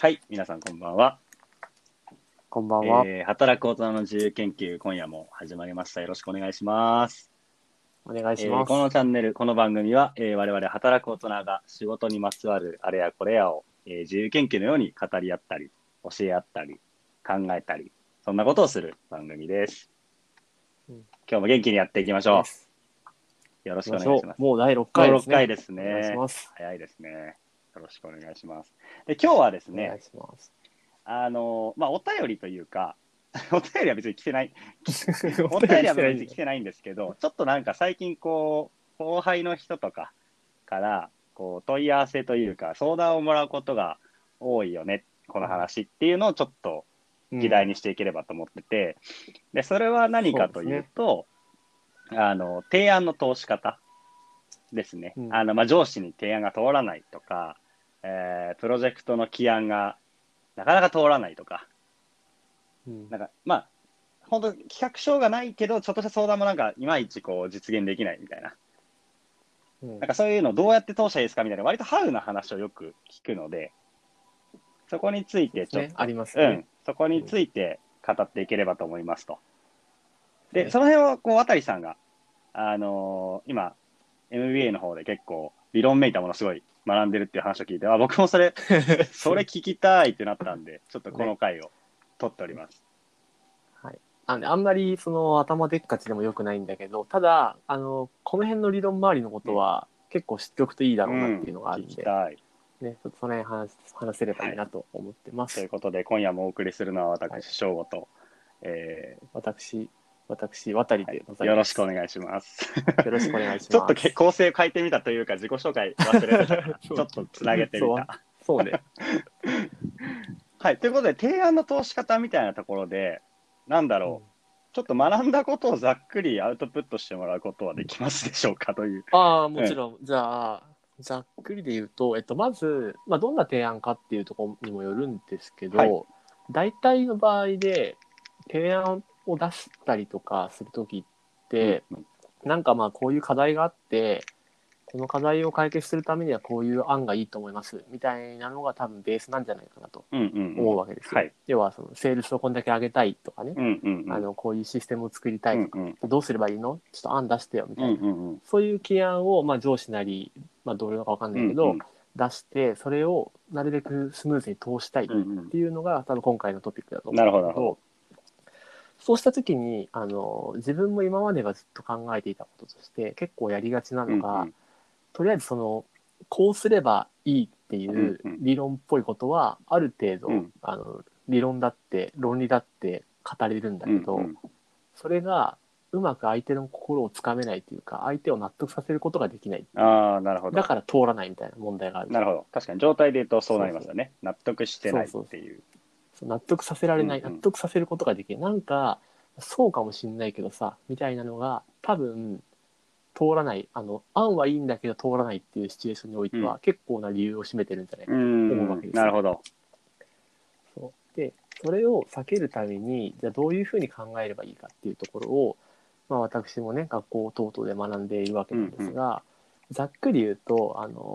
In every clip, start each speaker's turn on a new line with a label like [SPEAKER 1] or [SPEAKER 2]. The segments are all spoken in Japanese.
[SPEAKER 1] はい、皆さんこんばんは。
[SPEAKER 2] こんばんは。
[SPEAKER 1] 働く大人の自由研究、今夜も始まりました。よろしくお願いします。
[SPEAKER 2] お願いしま
[SPEAKER 1] この
[SPEAKER 2] す。
[SPEAKER 1] チャンネル、この番組は、我々働く大人が仕事にまつわるあれやこれやを、自由研究のように語り合ったり、教え合ったり、考えたり、そんなことをする番組です。
[SPEAKER 2] うん、
[SPEAKER 1] 今日も元気にやっていきましょ
[SPEAKER 2] です。
[SPEAKER 1] う。よろしく
[SPEAKER 2] 行きましょう。
[SPEAKER 1] お願いします。
[SPEAKER 2] もう第6
[SPEAKER 1] もう
[SPEAKER 2] 回です
[SPEAKER 1] 6回
[SPEAKER 2] ね。
[SPEAKER 1] です
[SPEAKER 2] お願いし
[SPEAKER 1] ね。
[SPEAKER 2] ます。
[SPEAKER 1] 早いですね。よろしくお願いします。で、今日はですね、
[SPEAKER 2] お願いします。
[SPEAKER 1] お便りというか、お便りは別に来てない、
[SPEAKER 2] お
[SPEAKER 1] お便りは
[SPEAKER 2] 便り来てないんだ。
[SPEAKER 1] 別に来てないんですけど、ちょっとなんか最近こう、後輩の人とかから、こう、問い合わせというか、相談をもらうことが多いよね、この話っていうのをちょっと議題
[SPEAKER 2] うん。
[SPEAKER 1] にしていければと思ってて、で、それは何かと
[SPEAKER 2] そうですね。
[SPEAKER 1] いうと、提案の通し方ですね。
[SPEAKER 2] うん。
[SPEAKER 1] 上司に提案が通らないとか、プロジェクトの起案がなかなか通らないとか、
[SPEAKER 2] うん。
[SPEAKER 1] なんか、本当企画書がないけど、ちょっとした相談もなんか、いまいちこう、実現できないみたいな。
[SPEAKER 2] うん。
[SPEAKER 1] なんかそういうのどうやって通したらいいですかみたいな、割とハウな話をよく聞くので、そこについ
[SPEAKER 2] そうですね。あ
[SPEAKER 1] てちょっと、
[SPEAKER 2] りますよね。
[SPEAKER 1] そこに
[SPEAKER 2] うん。
[SPEAKER 1] ついて語っていければと思いますと。で、そ
[SPEAKER 2] はい。
[SPEAKER 1] の辺は、こう、渡さんが、今、MBA の方で結構、理論めいたものすごい学んでるっていう話を聞いて、僕もそれ聞きたいってなったんで、ちょっとこの
[SPEAKER 2] ね。
[SPEAKER 1] 回を取っております。
[SPEAKER 2] はい。あんまりその頭でっかちでもよくないんだけど、ただ、この辺の理論周りのことは結構知っておくといいだろうなっていうのがあ
[SPEAKER 1] 聞
[SPEAKER 2] るんで、
[SPEAKER 1] きたい。
[SPEAKER 2] ね、ちょっとその辺話せればい
[SPEAKER 1] はい。
[SPEAKER 2] いなと思ってま
[SPEAKER 1] という
[SPEAKER 2] す。
[SPEAKER 1] ことで、今夜もお送りするのは私、
[SPEAKER 2] はい。
[SPEAKER 1] 翔吾と、
[SPEAKER 2] 私、渡り
[SPEAKER 1] はい、
[SPEAKER 2] でござい
[SPEAKER 1] よろ
[SPEAKER 2] ます。
[SPEAKER 1] しくお願いします。
[SPEAKER 2] よろしくお願いし
[SPEAKER 1] ちょっと
[SPEAKER 2] ます。
[SPEAKER 1] 構成を変えてみたというか、自己紹介忘れてたから、
[SPEAKER 2] そう、
[SPEAKER 1] ちょっとつなげてみ
[SPEAKER 2] そう、
[SPEAKER 1] た。
[SPEAKER 2] そうね。
[SPEAKER 1] はい。ということで、提案の通し方みたいなところで、なんだ
[SPEAKER 2] うん、
[SPEAKER 1] ろう。ちょっと学んだことをざっくりアウトプットしてもらうことはできますでしょうかという。
[SPEAKER 2] ああ、も
[SPEAKER 1] うん。
[SPEAKER 2] ちろん。じゃあ、ざっくりで言うと、まず、どんな提案かっていうところにもよるんですけ
[SPEAKER 1] はい。
[SPEAKER 2] ど、大体の場合で、提案を出したりとかするときっ
[SPEAKER 1] うん、
[SPEAKER 2] て、
[SPEAKER 1] うん、
[SPEAKER 2] なんかこういう課題があって、この課題を解決するためにはこういう案がいいと思いますみたいなのが多分ベースなんじゃないかなと
[SPEAKER 1] うん、うん、うん。
[SPEAKER 2] 思うわけですよ。
[SPEAKER 1] はい。
[SPEAKER 2] 要はそのセールスをこんだけ上げたいとかね、
[SPEAKER 1] うん、うん、うん。
[SPEAKER 2] こういうシステムを作りた
[SPEAKER 1] うん、
[SPEAKER 2] いとか、
[SPEAKER 1] うん、
[SPEAKER 2] どうすればいいのちょっと案出してよみ
[SPEAKER 1] うん、
[SPEAKER 2] たいな、
[SPEAKER 1] うん、うん。
[SPEAKER 2] そういう起案を、上司なり、同僚か分かん
[SPEAKER 1] うん、う
[SPEAKER 2] ないけど、
[SPEAKER 1] ん、
[SPEAKER 2] 出して、それをなるべくスムーズに通したいっ
[SPEAKER 1] うん。
[SPEAKER 2] ていうのが多分今回のトピックだと思うん
[SPEAKER 1] なるほど、なるほど。
[SPEAKER 2] だけど、そうした時に自分も今まではずっと考えていたこととして結構やりがちな
[SPEAKER 1] うん、う
[SPEAKER 2] のが、
[SPEAKER 1] ん、
[SPEAKER 2] とりあえずこうすればいいってい
[SPEAKER 1] うん、
[SPEAKER 2] う
[SPEAKER 1] うん。
[SPEAKER 2] 理論っぽいことはある程度
[SPEAKER 1] うん
[SPEAKER 2] 理論だって論理だって語れるんだ
[SPEAKER 1] うんう
[SPEAKER 2] けど、
[SPEAKER 1] ん。
[SPEAKER 2] それがうまく相手の心をつかめないというか、相手を納得させることができないっていう、
[SPEAKER 1] ああ、なるほど。
[SPEAKER 2] だから通らないみたいな問題があるじゃん。
[SPEAKER 1] なるほど。確かに状態で言うとそうな
[SPEAKER 2] そうそう
[SPEAKER 1] りますよね。納得してないっ
[SPEAKER 2] そうそう
[SPEAKER 1] ていう。
[SPEAKER 2] そう、納得させられない、納
[SPEAKER 1] うんうん。
[SPEAKER 2] 得させることができない、なんかそうかもしんないけどさみたいなのが多分通らない、案はいいんだけど通らないっていうシチュエーションにおいて
[SPEAKER 1] うん。
[SPEAKER 2] は結構な理由を占めてるんじゃない
[SPEAKER 1] うー
[SPEAKER 2] かと思うわ
[SPEAKER 1] ん。
[SPEAKER 2] けですよ。
[SPEAKER 1] なるほど。
[SPEAKER 2] そうで、それを避けるためにじゃあどういうふうに考えればいいかっていうところを、私もね学校等々で学んでいるわけなん
[SPEAKER 1] うんうん。
[SPEAKER 2] ですが、ざっくり言うと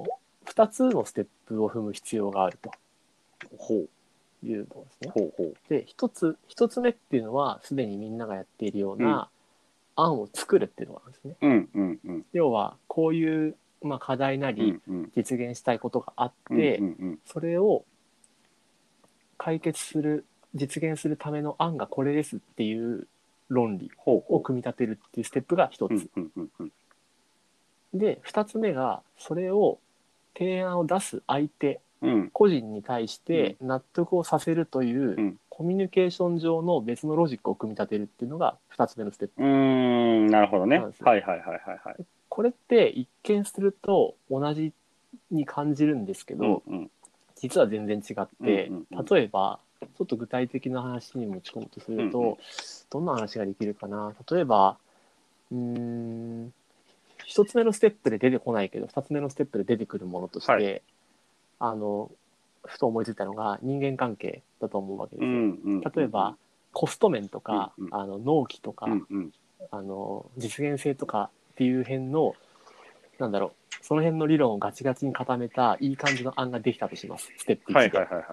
[SPEAKER 2] 2つのステップを踏む必要があると
[SPEAKER 1] ほう。
[SPEAKER 2] いうのですね。
[SPEAKER 1] ほうほう。
[SPEAKER 2] で一つ目っていうのはすでにみんながやっているよう
[SPEAKER 1] うん。
[SPEAKER 2] な案を作るっていうのがあるんですね。
[SPEAKER 1] うんうんうん。
[SPEAKER 2] 要はこういう、課題なり
[SPEAKER 1] うんうん。
[SPEAKER 2] 実現したいことがあっ
[SPEAKER 1] うんう
[SPEAKER 2] て、
[SPEAKER 1] んうん。
[SPEAKER 2] それを解決する実現するための案がこれですっていう論理
[SPEAKER 1] ほうほ
[SPEAKER 2] を組み立てるっていうステップが一
[SPEAKER 1] う。うん
[SPEAKER 2] つ
[SPEAKER 1] うんうんうん。
[SPEAKER 2] で、二つ目がそれを提案を出す相手
[SPEAKER 1] うん
[SPEAKER 2] 個人に対し
[SPEAKER 1] うん
[SPEAKER 2] て納得をさせるという
[SPEAKER 1] うん。
[SPEAKER 2] コミュニケーション上の別のロジックを組み立てるっていうのが二つ目のステッ
[SPEAKER 1] うー
[SPEAKER 2] プ
[SPEAKER 1] ん。なるほどね。
[SPEAKER 2] なんですよ。
[SPEAKER 1] はいはいはいはいはい。
[SPEAKER 2] これって一見すると同じに感じるんですけど、
[SPEAKER 1] うんうん
[SPEAKER 2] 実は全然違っ
[SPEAKER 1] うん
[SPEAKER 2] て、
[SPEAKER 1] うんうん。
[SPEAKER 2] 例えばちょっと具体的な話に持ち込むとす
[SPEAKER 1] うんうん
[SPEAKER 2] ると、どんな話ができるかな。例えばうーん一つ目のステップで出てこないけど二つ目のステップで出てくるものとし
[SPEAKER 1] はい。
[SPEAKER 2] て、ふと思いついたのが人間関係だと思うわけ
[SPEAKER 1] う
[SPEAKER 2] ですよ。
[SPEAKER 1] んうんうんうん。
[SPEAKER 2] 例えばコスト面とか、
[SPEAKER 1] うんうん
[SPEAKER 2] 納期とか、
[SPEAKER 1] うんうん。
[SPEAKER 2] 実現性とかっていう辺の、なんだろその辺の理論をガチガチに固めたいい感じの案ができたとします。ステップ1で。
[SPEAKER 1] はいはいはいはい。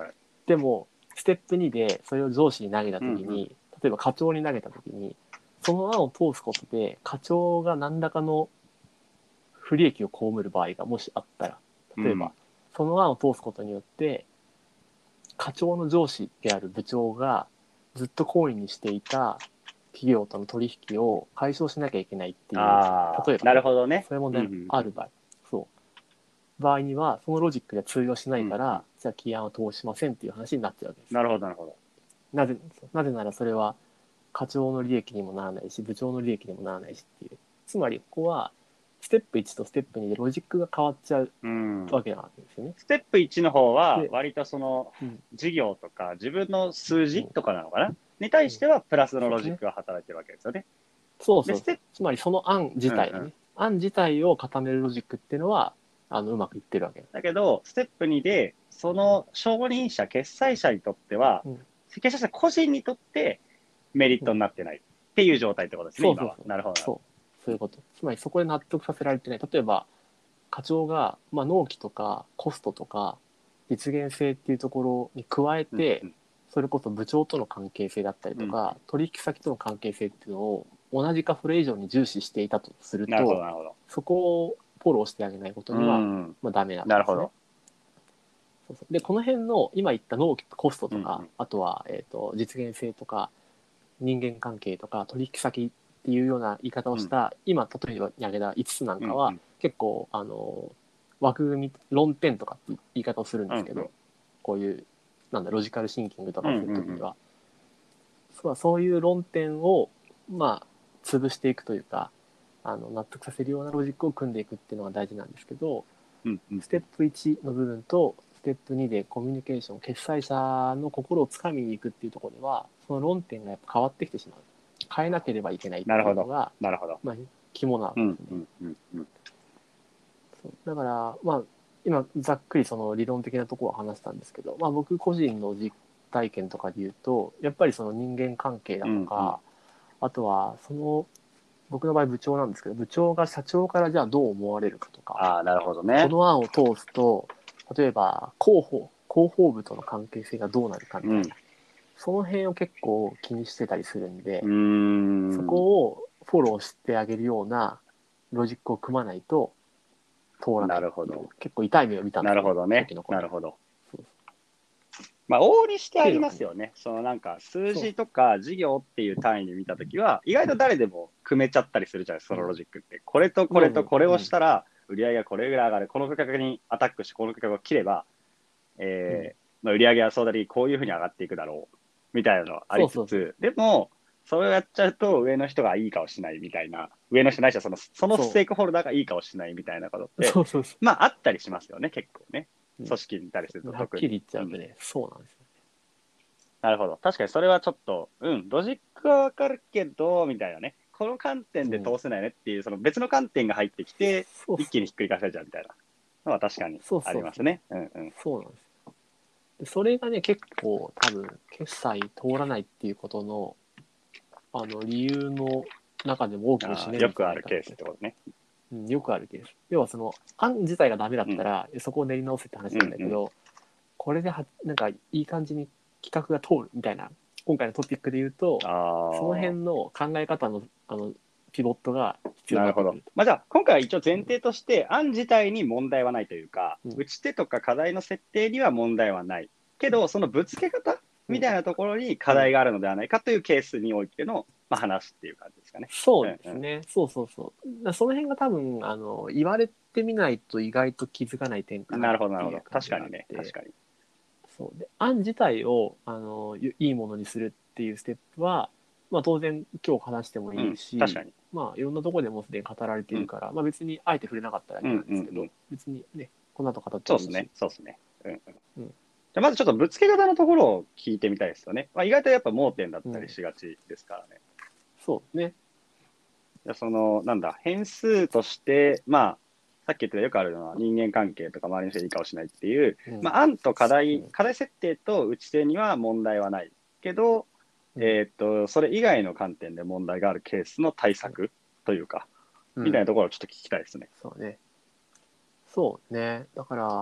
[SPEAKER 2] でもステップ2でそれを上司に投げた時に、例えば課長に投げた時にその案を通すことで課長が何らかの不利益を被る場合がもしあったら、例えば、その案を通すことによって課長の上司である部長がずっと懇意にしていた企業との取引を解消しなきゃいけないっていう、例えば、
[SPEAKER 1] なるほどね。
[SPEAKER 2] そういう問題がある場合、そう場合にはそのロジックでは通用しないから、じゃあ起案を通しませんっていう話になっちゃうわけです。
[SPEAKER 1] なるほどなるほど。
[SPEAKER 2] なぜならそれは課長の利益にもならないし部長の利益にもならないしっていう、つまりここはステップ1とステップ2でロジックが変わっちゃうわけなんですよね。
[SPEAKER 1] ステップ1の方は割とその事業とか自分の数字とかなのかな、に対してはプラスのロジックが働いてるわけですよね。
[SPEAKER 2] そうそうそう。つまりその案自体ね、案自体を固めるロジックっていうのはうまくいってるわけ
[SPEAKER 1] だけどステップ2でその承認者決済者にとっては、決済者個人にとってメリットになってないっていう状態ってことですね、今は。なるほど。
[SPEAKER 2] そういうこと。つまりそこで納得させられてない。例えば課長が、納期とかコストとか実現性っていうところに加えて、それこそ部長との関係性だったりとか、取引先との関係性っていうのを同じかそれ以上に重視していたとすると、そこをフォローしてあげないことには、ダメなんですね。
[SPEAKER 1] なるほど。
[SPEAKER 2] でこの辺の今言った納期コストとか、あとは、実現性とか人間関係とか取引先っていうような言い方をした、今例えばに挙げた5つなんかは、結構枠組み論点とかって言い方をするんですけど、こういうロジカルシンキングとかをするときには、そういう論点を潰していくというか納得させるようなロジックを組んでいくっていうのが大事なんですけど、ステップ1の部分とステップ2でコミュニケーション決済者の心をつかみに行くっていうところではその論点がやっぱ変わってきてしまう、変えなければいけないっていうのが肝なわけですね。だから今ざっくりその理論的なところは話したんですけど、僕個人の実体験とかで言うとやっぱりその人間関係だとか、あとはその僕の場合部長なんですけど、部長が社長からじゃあどう思われるかとか、
[SPEAKER 1] なるほどね、
[SPEAKER 2] この案を通すと例えば広報部との関係性がどうなるかみたいな、その辺を結構気にしてたりするんで、そこをフォローしてあげるようなロジックを組まないと通らない。なるほど。結構痛い目を見たんですよ。なるほどね。なるほど。
[SPEAKER 1] 往々にしてありますよね。そのなんか数字とか事業っていう単位で見たときは、意外と誰でも組めちゃったりするじゃないですか、そのロジックって。これとこれとこれをしたら、売り上げがこれぐらい上がる。この価格にアタックして、この価格を切れば、売り上げはそうだり、こういうふうに上がっていくだろう。みたいなのがありつつ、でも、それをやっちゃうと上の人がいい顔しないみたいな、上の人ないしはそのステークホルダーがいい顔しないみたいなことって、あったりしますよね、結構ね。組織にいたりすると
[SPEAKER 2] 特に。はっきり言っちゃうとね、そうなんですよ。
[SPEAKER 1] なるほど。確かにそれはちょっと、ロジックはわかるけど、みたいなね。この観点で通せないねっていう、その別の観点が入ってきて、一気にひっくり返されちゃうみたいなのは確かにありますね。
[SPEAKER 2] そうなんですよ。でそれがね、結構多分、決済通らないっていうことの、理由の中でも大きな占める。
[SPEAKER 1] よくあるケースってことね。
[SPEAKER 2] よくあるケース。要はその、案自体がダメだったら、そこを練り直せって話なんだけど、これでなんかいい感じに企画が通るみたいな、今回のトピックで言うと、その辺の考え方のピボットが必要になってくる。
[SPEAKER 1] なるほど。じゃあ今回は一応前提として案自体に問題はないというか、打ち手とか課題の設定には問題はないけど、そのぶつけ方みたいなところに課題があるのではないかというケースにおいての、話っていう感じですかね。
[SPEAKER 2] そうですね。そう。その辺が多分言われてみないと意外と気づかない点かな。
[SPEAKER 1] なるほどなるほど。確かにね。確かに。
[SPEAKER 2] そうで案自体をいいものにするっていうステップは、当然今日話してもいいし、
[SPEAKER 1] 確かに
[SPEAKER 2] いろんなところでもすでに語られているから、別にあえて触れなかっただけなんですけど、別にねこの後語ってもいいし。
[SPEAKER 1] そうですね。じゃまずちょっとぶつけ方のところを聞いてみたいですよね。意外とやっぱ盲点だったりしがちですからね。
[SPEAKER 2] そうね。
[SPEAKER 1] その変数としてさっき言ったよくあるのは人間関係とか周りの人にいい顔しないっていう、案と課題設定と打ち手には問題はないけど、それ以外の観点で問題があるケースの対策というか、みたいなところをちょっと聞きたいですね。
[SPEAKER 2] そうね。だから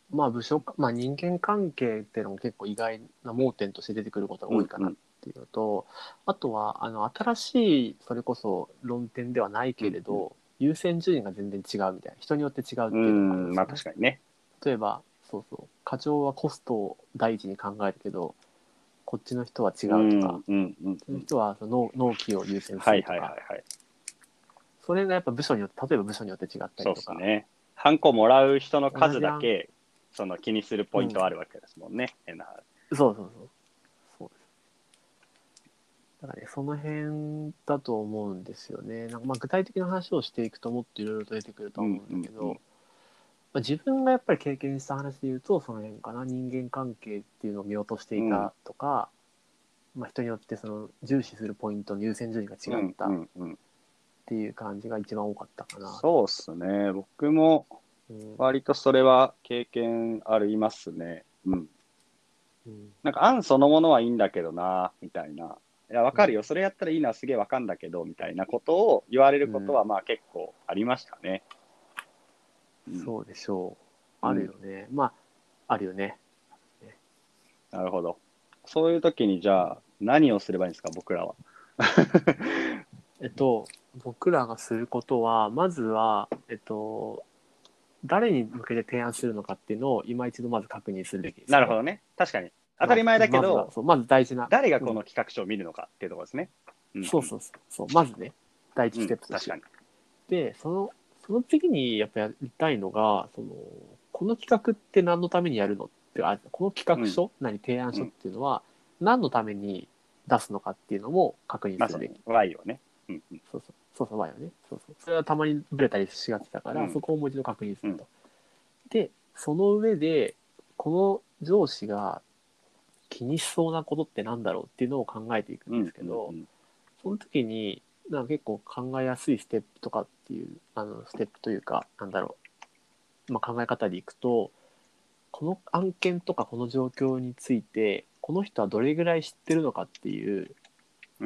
[SPEAKER 2] まあ部署か、まあ人間関係っていうのも結構意外な盲点として出てくることが多いかなっていうのと、あとは新しいそれこそ論点ではないけれど、優先順位が全然違うみたいな、人によって違うっていうのがあります
[SPEAKER 1] まあ
[SPEAKER 2] よね。
[SPEAKER 1] 確かにね。
[SPEAKER 2] 例えばそうそう、課長はコストを第一に考えるけど、こっちの人は違うとか、その人はその納期を優先す
[SPEAKER 1] はい
[SPEAKER 2] るとか、
[SPEAKER 1] はいはいはい。
[SPEAKER 2] それがやっぱ部署によって、例えば部署によって違った
[SPEAKER 1] そう
[SPEAKER 2] りとか、
[SPEAKER 1] ですね。ハンコもらう人の数
[SPEAKER 2] 同じ案、
[SPEAKER 1] だけ、その気にするポイントはあるわけですもんね。変な話。
[SPEAKER 2] そうそうそう。そうです。だからね、その辺だと思うんですよね。なんかまあ具体的な話をしていくともっといろいろと出てくると思うんだけど、まあ、自分がやっぱり経験した話で言うと、その辺かな。人間関係っていうのを見落としていたとか、まあ、人によってその重視するポイントの優先順位が違ったっていう感じが一番多かったかな。
[SPEAKER 1] そうっすね。僕も
[SPEAKER 2] うん。
[SPEAKER 1] 割とそれは経験ありますね。うん。
[SPEAKER 2] うん。
[SPEAKER 1] なんか案そのものはいいんだけどな、みたいな。いや、わかるよ。
[SPEAKER 2] うん。
[SPEAKER 1] それやったらいいのはすげえわかんだけど、みたいなことを言われることはまあ結構ありましたね。うん。
[SPEAKER 2] そうでしょう。ある
[SPEAKER 1] うん。
[SPEAKER 2] よね。まあ、あるよね。ね。
[SPEAKER 1] なるほど。そういう時にじゃあ何をすればいいんですか、僕らは。
[SPEAKER 2] えっと、僕らがすることは、まずは、誰に向けて提案するのかっていうのを今一度まず確認するべきですよね。
[SPEAKER 1] なるほどね。確かに。当た
[SPEAKER 2] まず、
[SPEAKER 1] り前だけ
[SPEAKER 2] まずは、
[SPEAKER 1] ど、
[SPEAKER 2] そう、まず大事な、
[SPEAKER 1] 誰が
[SPEAKER 2] うん、
[SPEAKER 1] この企画書を見るのかっていうところですね。うん
[SPEAKER 2] そうそうそう、そう、まずね、第一
[SPEAKER 1] うん。うん。
[SPEAKER 2] ステップとして。
[SPEAKER 1] 確かに。
[SPEAKER 2] で、その次にやっぱやりたいのが、この企画って何のためにやるのって、この企
[SPEAKER 1] うん。
[SPEAKER 2] 画書、提案書っ
[SPEAKER 1] うん。
[SPEAKER 2] ていうのは何のために出すのかっていうのも確認
[SPEAKER 1] まあその、
[SPEAKER 2] するべき。
[SPEAKER 1] Y をね。うんうん。
[SPEAKER 2] そうそう、そうそう、よね。そうそう。それはたまにブレたりしがちだから、
[SPEAKER 1] うん。
[SPEAKER 2] そこをもう一度確認す
[SPEAKER 1] うん。
[SPEAKER 2] ると。で、その上で、この上司が気にしそうなことってなんだろうっていうのを考えていくんで
[SPEAKER 1] うん。
[SPEAKER 2] すけど、
[SPEAKER 1] うん。
[SPEAKER 2] その時に、なんか結構考えやすいステップとかっていう、ステップというか、なんだろう、まあ、考え方でいくと、この案件とかこの状況について、この人はどれぐらい知ってるのかっていう
[SPEAKER 1] うん。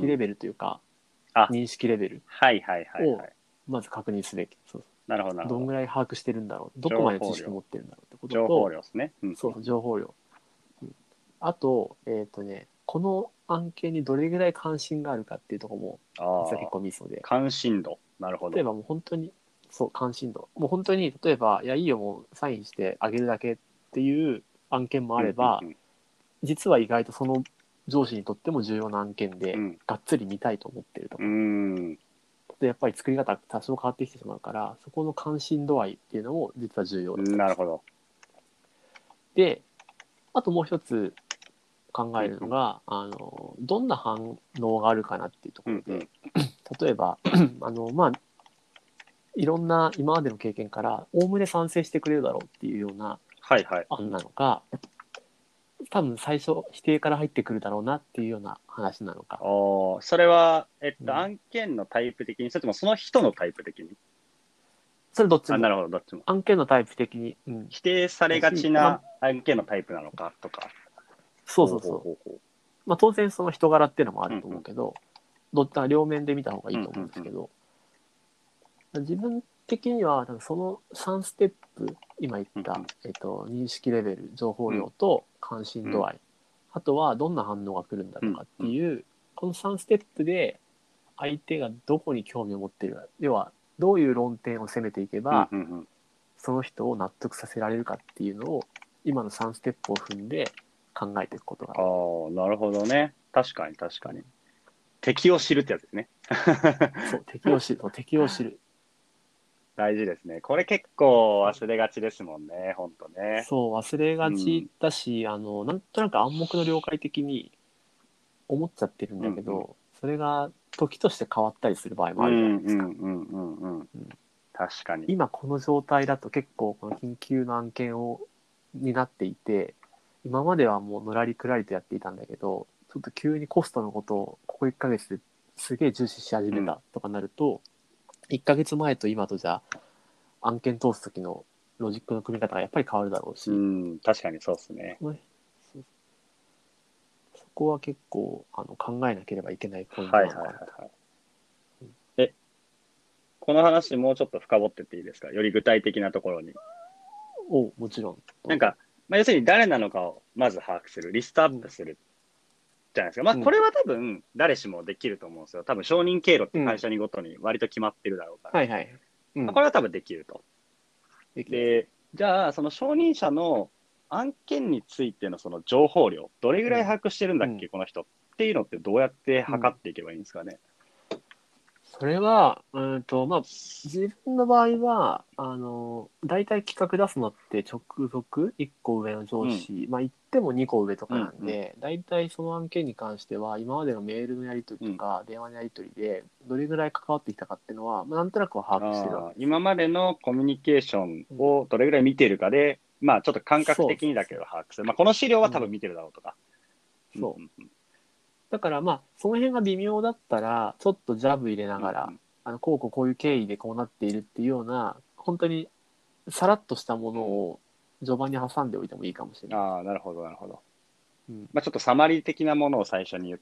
[SPEAKER 1] うーん。
[SPEAKER 2] 知識レベルというか、
[SPEAKER 1] あ、
[SPEAKER 2] 認識レベル
[SPEAKER 1] はいはいはい
[SPEAKER 2] を
[SPEAKER 1] はい。
[SPEAKER 2] まず確認すべき。そうそう。
[SPEAKER 1] なるほどなるほど。
[SPEAKER 2] どんぐらい把握してるんだろう。どこまで知識
[SPEAKER 1] 情報量。
[SPEAKER 2] 持ってるんだろうってこと
[SPEAKER 1] 情報
[SPEAKER 2] と、
[SPEAKER 1] 量ですね。うんうん
[SPEAKER 2] そうそう、情報量。うん。あと、この案件にどれぐらい関心があるかっていうところも、実は
[SPEAKER 1] ああ、
[SPEAKER 2] 結構ミソで。
[SPEAKER 1] 関心度。なるほど。
[SPEAKER 2] 例えばもう本当に、そう、関心度。もう本当に、例えば、いや、いいよ、もうサインしてあげるだけっていう案件もあれば、実は意外とその上司にとっても重要な案件で、がっつり見たいと思ってるとか。で、やっぱり作り方多少変わってきてしまうから、そこの関心度合いっていうのも実は重要だったりする。
[SPEAKER 1] なるほど。
[SPEAKER 2] で、あともう一つ考え
[SPEAKER 1] うんうん
[SPEAKER 2] るのが、どんな反応があるかなっていうところで、
[SPEAKER 1] うんうん。
[SPEAKER 2] 例えば、まあ、いろんな今までの経験から、おおむね賛成してくれるだろうっていうような
[SPEAKER 1] はいはい。
[SPEAKER 2] 案なのか、多分最初否定から入ってくるだろうなっていうような話なのか。
[SPEAKER 1] おー、それは、
[SPEAKER 2] うん、
[SPEAKER 1] 案件のタイプ的に、それともその人のタイプ的に。あ、な
[SPEAKER 2] それどっちも。
[SPEAKER 1] るほど、どっちも。
[SPEAKER 2] 案件のタイプ的に、うん、
[SPEAKER 1] 否定されが
[SPEAKER 2] だし、まあ、
[SPEAKER 1] ちな案件のタイプなのかとか。ほう
[SPEAKER 2] そうそうそう。
[SPEAKER 1] ほうほうほ
[SPEAKER 2] まあ当然その人柄っていうのもあ
[SPEAKER 1] う。う
[SPEAKER 2] る
[SPEAKER 1] んうん
[SPEAKER 2] と思うけど、どっちか両面で見た方がいいと思う
[SPEAKER 1] うんうんうん。
[SPEAKER 2] んですけど、自分的には多分その3ステップ、今言った、
[SPEAKER 1] うんうん
[SPEAKER 2] 認識レベル、情報
[SPEAKER 1] うん
[SPEAKER 2] 量と関心
[SPEAKER 1] うん
[SPEAKER 2] 度合い、あとはどんな反応が来るんだ
[SPEAKER 1] うん
[SPEAKER 2] とかっ
[SPEAKER 1] うん
[SPEAKER 2] ていう、この3ステップで相手がどこに興味を持っているか、要はどういう論点を攻めていけ
[SPEAKER 1] うん
[SPEAKER 2] ば、
[SPEAKER 1] うんうん。
[SPEAKER 2] その人を納得させられるかっていうのを、今の3ステップを踏んで考えていくことが多い。
[SPEAKER 1] ああ、なるほどね。確かに確かに。
[SPEAKER 2] うん、
[SPEAKER 1] 敵を知るってやつですね。
[SPEAKER 2] そう、敵を知る。そう、敵を知る。
[SPEAKER 1] 大事ですね。これ結構忘れがちですもんね。ほんとね。
[SPEAKER 2] そう、忘れがち
[SPEAKER 1] うん。
[SPEAKER 2] だし、なんとなく暗黙の了解的に思っちゃってるん
[SPEAKER 1] うんうん。
[SPEAKER 2] だけど、それが時として変わったりする場合もあるじゃ
[SPEAKER 1] うん
[SPEAKER 2] ないですか。
[SPEAKER 1] うんうんうんうん。
[SPEAKER 2] うん、
[SPEAKER 1] 確かに。
[SPEAKER 2] 今この状態だと結構この緊急の案件になっていて、今まではもうのらりくらりとやっていたんだけど、ちょっと急にコストのことをここ1ヶ月ですげえ重視し始め
[SPEAKER 1] うん。
[SPEAKER 2] たとかなると、1ヶ月前と今とじゃ案件通す時のロジックの組み方がやっぱり変わるだろう
[SPEAKER 1] う
[SPEAKER 2] し、
[SPEAKER 1] ん。確かにそうですね。
[SPEAKER 2] そのそこは結構考えなければいけないポイン
[SPEAKER 1] はいはいはい
[SPEAKER 2] トなのかなと。
[SPEAKER 1] はい。え、この話もうちょっと深掘ってっていいですか？より具体的なところに。
[SPEAKER 2] もちろん。
[SPEAKER 1] なんか、まあ、要するに誰なのかをまず把握する、リストアップするじゃないですか。まあ、
[SPEAKER 2] うん、
[SPEAKER 1] これは多分、誰しもできると思うんですよ。多分、承認経路って会
[SPEAKER 2] うん、
[SPEAKER 1] 社にごとに割と決まってるだろうから。
[SPEAKER 2] はいはい。う
[SPEAKER 1] まあ、
[SPEAKER 2] ん、
[SPEAKER 1] これは多分できると。
[SPEAKER 2] できる。
[SPEAKER 1] で、じゃあ、その承認者の案件についてのその情報量、どれぐ
[SPEAKER 2] うん、
[SPEAKER 1] らい把握してるんだ
[SPEAKER 2] うん、
[SPEAKER 1] っけ、この人っていうのってどうやって
[SPEAKER 2] うん。
[SPEAKER 1] 測っていけばいいんですかね。
[SPEAKER 2] それは、まあ、自分の場合は、大体企画出すのって直属1個上の上
[SPEAKER 1] うん、
[SPEAKER 2] 司、まあ、言っても2個上とかな
[SPEAKER 1] うん、うん、
[SPEAKER 2] んで、大体その案件に関しては、今までのメールのやり取り
[SPEAKER 1] うん。
[SPEAKER 2] とか、電話のやり取りで、どれぐらい関わってきたかっていうのは、まあ、なんとなくは把握してるわ
[SPEAKER 1] ああ、
[SPEAKER 2] けですよ。
[SPEAKER 1] 今までのコミュニケーション
[SPEAKER 2] うん、
[SPEAKER 1] をどれぐらい見てるかで、まあちょっと感覚
[SPEAKER 2] そう
[SPEAKER 1] 的にだ
[SPEAKER 2] そうそう。
[SPEAKER 1] けど把握する。まあこの資料は
[SPEAKER 2] うん、
[SPEAKER 1] 多分見てるだろうとか。うん、
[SPEAKER 2] そう。
[SPEAKER 1] うん、うん。
[SPEAKER 2] だからまあ、その辺が微妙だったら、ちょっとジャブ入れながら、
[SPEAKER 1] うんうん
[SPEAKER 2] こういう経緯でこうなっているっていうような、本当にさらっとしたもの
[SPEAKER 1] うん
[SPEAKER 2] を序盤に挟んでおいてもいいかもしれない。
[SPEAKER 1] ああ、なるほど、なるほど。
[SPEAKER 2] うん、
[SPEAKER 1] まあちょっとサマリー的なものを最初に言って、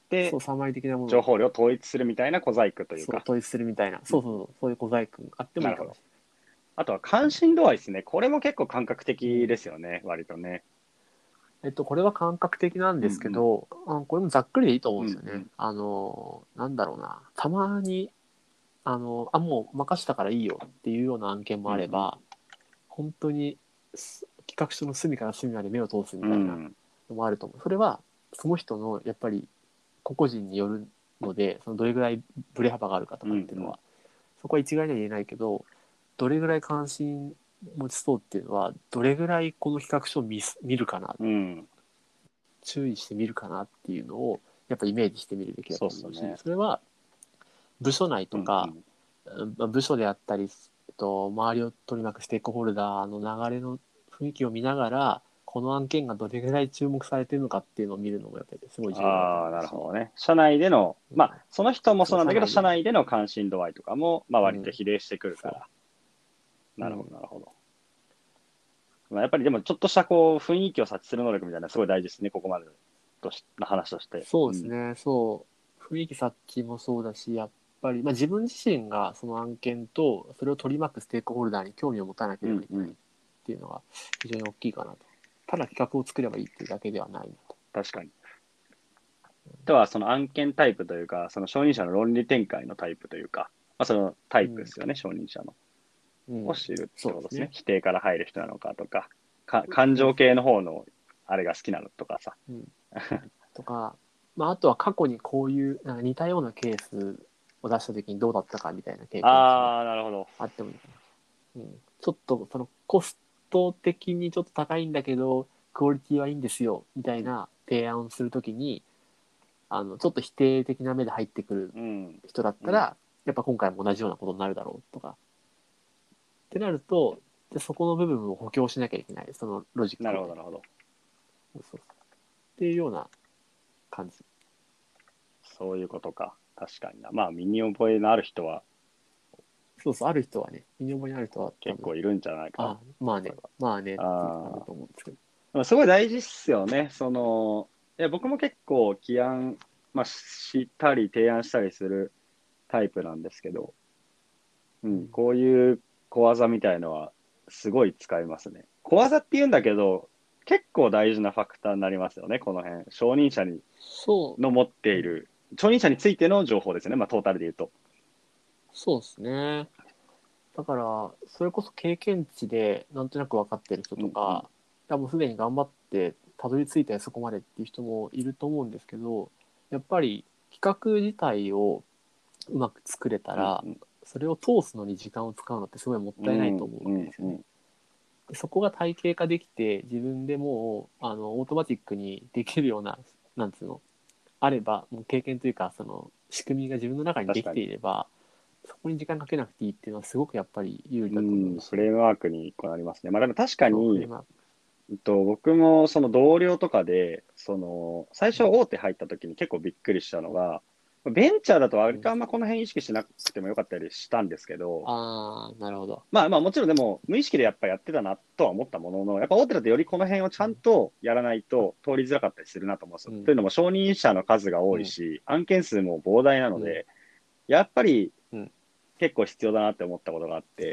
[SPEAKER 2] そう、サマリー的なものを、
[SPEAKER 1] 情報量を統一するみたいな小細工という
[SPEAKER 2] そう、
[SPEAKER 1] か。
[SPEAKER 2] 統一するみたいな、
[SPEAKER 1] うん
[SPEAKER 2] そういう小細工あっても
[SPEAKER 1] なるほど。
[SPEAKER 2] いいかもし
[SPEAKER 1] あとは関心度合いですね。これも結構感覚
[SPEAKER 2] れない。
[SPEAKER 1] 的ですよね、割とね。
[SPEAKER 2] これは感覚的なんですけ
[SPEAKER 1] うん
[SPEAKER 2] ど、これもざっくりでいいと思うんですよね。
[SPEAKER 1] うんうん
[SPEAKER 2] なんだろうな、たまに、もう任したからいいよっていうような案件も
[SPEAKER 1] うん
[SPEAKER 2] あれば、本当に企画書の隅から隅まで目を通すみ
[SPEAKER 1] うん。
[SPEAKER 2] たいな
[SPEAKER 1] うん
[SPEAKER 2] のもあると思う。それは、その人のやっぱり個々人によるので、そのどれぐらいブレ幅があるかと
[SPEAKER 1] うんうん
[SPEAKER 2] かっていうのは、そこは一概には言えないけど、どれぐらい関心持ちそうっていうのは、どれぐらいこの企画書を見るかな、
[SPEAKER 1] うん
[SPEAKER 2] 注意して見るかなっていうのを、やっぱイメージしてみるべきだ
[SPEAKER 1] そう
[SPEAKER 2] と思うし、
[SPEAKER 1] っすね。
[SPEAKER 2] それは部署内とか、
[SPEAKER 1] うんうん
[SPEAKER 2] 部署であったり、周りを取り巻くステークホルダーの流れの雰囲気を見ながら、この案件がどれぐらい注目されてるのかっていうのを見るのもやっぱりすごい重要だと
[SPEAKER 1] ああ、なる
[SPEAKER 2] 思うし、
[SPEAKER 1] ほどね。社内での、
[SPEAKER 2] うん、
[SPEAKER 1] まあ、その人も
[SPEAKER 2] そう、
[SPEAKER 1] そうなんだけど、
[SPEAKER 2] 社内で、
[SPEAKER 1] 社内での関心度合いとかも、まあ、割と
[SPEAKER 2] うん、
[SPEAKER 1] 比例してくるか
[SPEAKER 2] そ
[SPEAKER 1] ら。
[SPEAKER 2] う、
[SPEAKER 1] なるほど、
[SPEAKER 2] うん、
[SPEAKER 1] なるほど。まあ、やっぱりでも、ちょっとしたこう、雰囲気を察知する能力みたいな、すごい大事ですね、ここまでの話として。うん。
[SPEAKER 2] そうですね、そう、雰囲気察知もそうだし、やっぱり、まあ、自分自身がその案件と、それを取り巻くステークホルダーに興味を持たなければいけないっ
[SPEAKER 1] うんうん。
[SPEAKER 2] ていうのが非常に大きいかなと。ただ企画を作ればいいっていうだけではないなと。
[SPEAKER 1] 確かに。あとは、その案件タイプというか、その承認者の論理展開のタイプというか、まあ、そのタ
[SPEAKER 2] うん、
[SPEAKER 1] イプですよね、承認者の。
[SPEAKER 2] うん、
[SPEAKER 1] を知るってことですね。
[SPEAKER 2] そうですね。
[SPEAKER 1] 否定から入る人なのかとか、感
[SPEAKER 2] そうそう。
[SPEAKER 1] 情系の方のあれが好きなのとかさ。
[SPEAKER 2] うん、とか、まあ、あとは過去にこういうなんか似たようなケースを出した時にどうだったかみたいな経験値も
[SPEAKER 1] ああ、なるほど。
[SPEAKER 2] あってもいいかな。うん、ちょっとそのコスト的にちょっと高いんだけどクオリティはいいんですよみたいな提案をするときにちょっと否定的な目で入ってくる
[SPEAKER 1] うん。
[SPEAKER 2] 人だっ
[SPEAKER 1] うん。
[SPEAKER 2] たらやっぱ今回も同じようなことになるだろうとかってなるとでそこの部分を補強しなきゃいけないそのロジッ
[SPEAKER 1] なるほど、
[SPEAKER 2] クをね。
[SPEAKER 1] なるほど。
[SPEAKER 2] そうっていうような感じ。
[SPEAKER 1] そういうことか。確かにな。まあ、身に覚えのある人は
[SPEAKER 2] そうそう、ある人はね、身に覚えのある人は多分、
[SPEAKER 1] 結構いるんじゃないかな。
[SPEAKER 2] まあね、
[SPEAKER 1] これは。
[SPEAKER 2] まあねっていう感じ
[SPEAKER 1] ああ。
[SPEAKER 2] だと思うんですけど。
[SPEAKER 1] でもすごい大事っすよね。いや、僕も結構まあ、したり提案したりするタイプなんですけど、うん、
[SPEAKER 2] うん、
[SPEAKER 1] こういう小技みたいのはすごい使いますね。小技って言うんだけど、結構大事なファクターになりますよね、この辺。
[SPEAKER 2] そ
[SPEAKER 1] の持って
[SPEAKER 2] う、うん、
[SPEAKER 1] いる、承認者についての情報ですね、まあトータルで言うと。
[SPEAKER 2] そうですね。だから、それこそ経験値でなんとなく分かってる人
[SPEAKER 1] うんうん。
[SPEAKER 2] とか、多分すでに頑張ってたどり着いてそこまでっていう人もいると思うんですけど、やっぱり企画自体をうまく作れたら、
[SPEAKER 1] うんうん。
[SPEAKER 2] それを通すのに時間を使うのってすごいもったいないと思うわ
[SPEAKER 1] う
[SPEAKER 2] けですよね。
[SPEAKER 1] んうん。
[SPEAKER 2] でそこが体系化できて、自分でもうオートマティックにできるような、なんつうの、あれば、もう経験というか、その仕組みが自分の中にできて
[SPEAKER 1] 確かに。
[SPEAKER 2] いれば、そこに時間かけなくていいっていうのはすごくやっぱり有利だと思う
[SPEAKER 1] うん、フ
[SPEAKER 2] し、
[SPEAKER 1] レームワークにこうなりますね。まあでも確か
[SPEAKER 2] そう、フレー
[SPEAKER 1] に、
[SPEAKER 2] ムワーク。
[SPEAKER 1] 僕もその同僚とかで、最初
[SPEAKER 2] うん、
[SPEAKER 1] 大手入った時に結構びっくりしたのが、ベンチャーだと
[SPEAKER 2] うん、
[SPEAKER 1] 割とあんまこの辺意識しなくてもよかったりしたんですけど、
[SPEAKER 2] ああ、なるほど。
[SPEAKER 1] まあまあもちろんでも無意識でやっぱやってたなとは思ったものの、やっぱ大手だとよりこの辺をちゃんとやらないと通りづらかったりするなと思うんですよ。という
[SPEAKER 2] うん、
[SPEAKER 1] のも承認者の数が多
[SPEAKER 2] うん、
[SPEAKER 1] いし、案件数も膨大なの
[SPEAKER 2] うん、
[SPEAKER 1] で、やっぱり
[SPEAKER 2] うん、
[SPEAKER 1] 結構必要だなって思ったことがあって、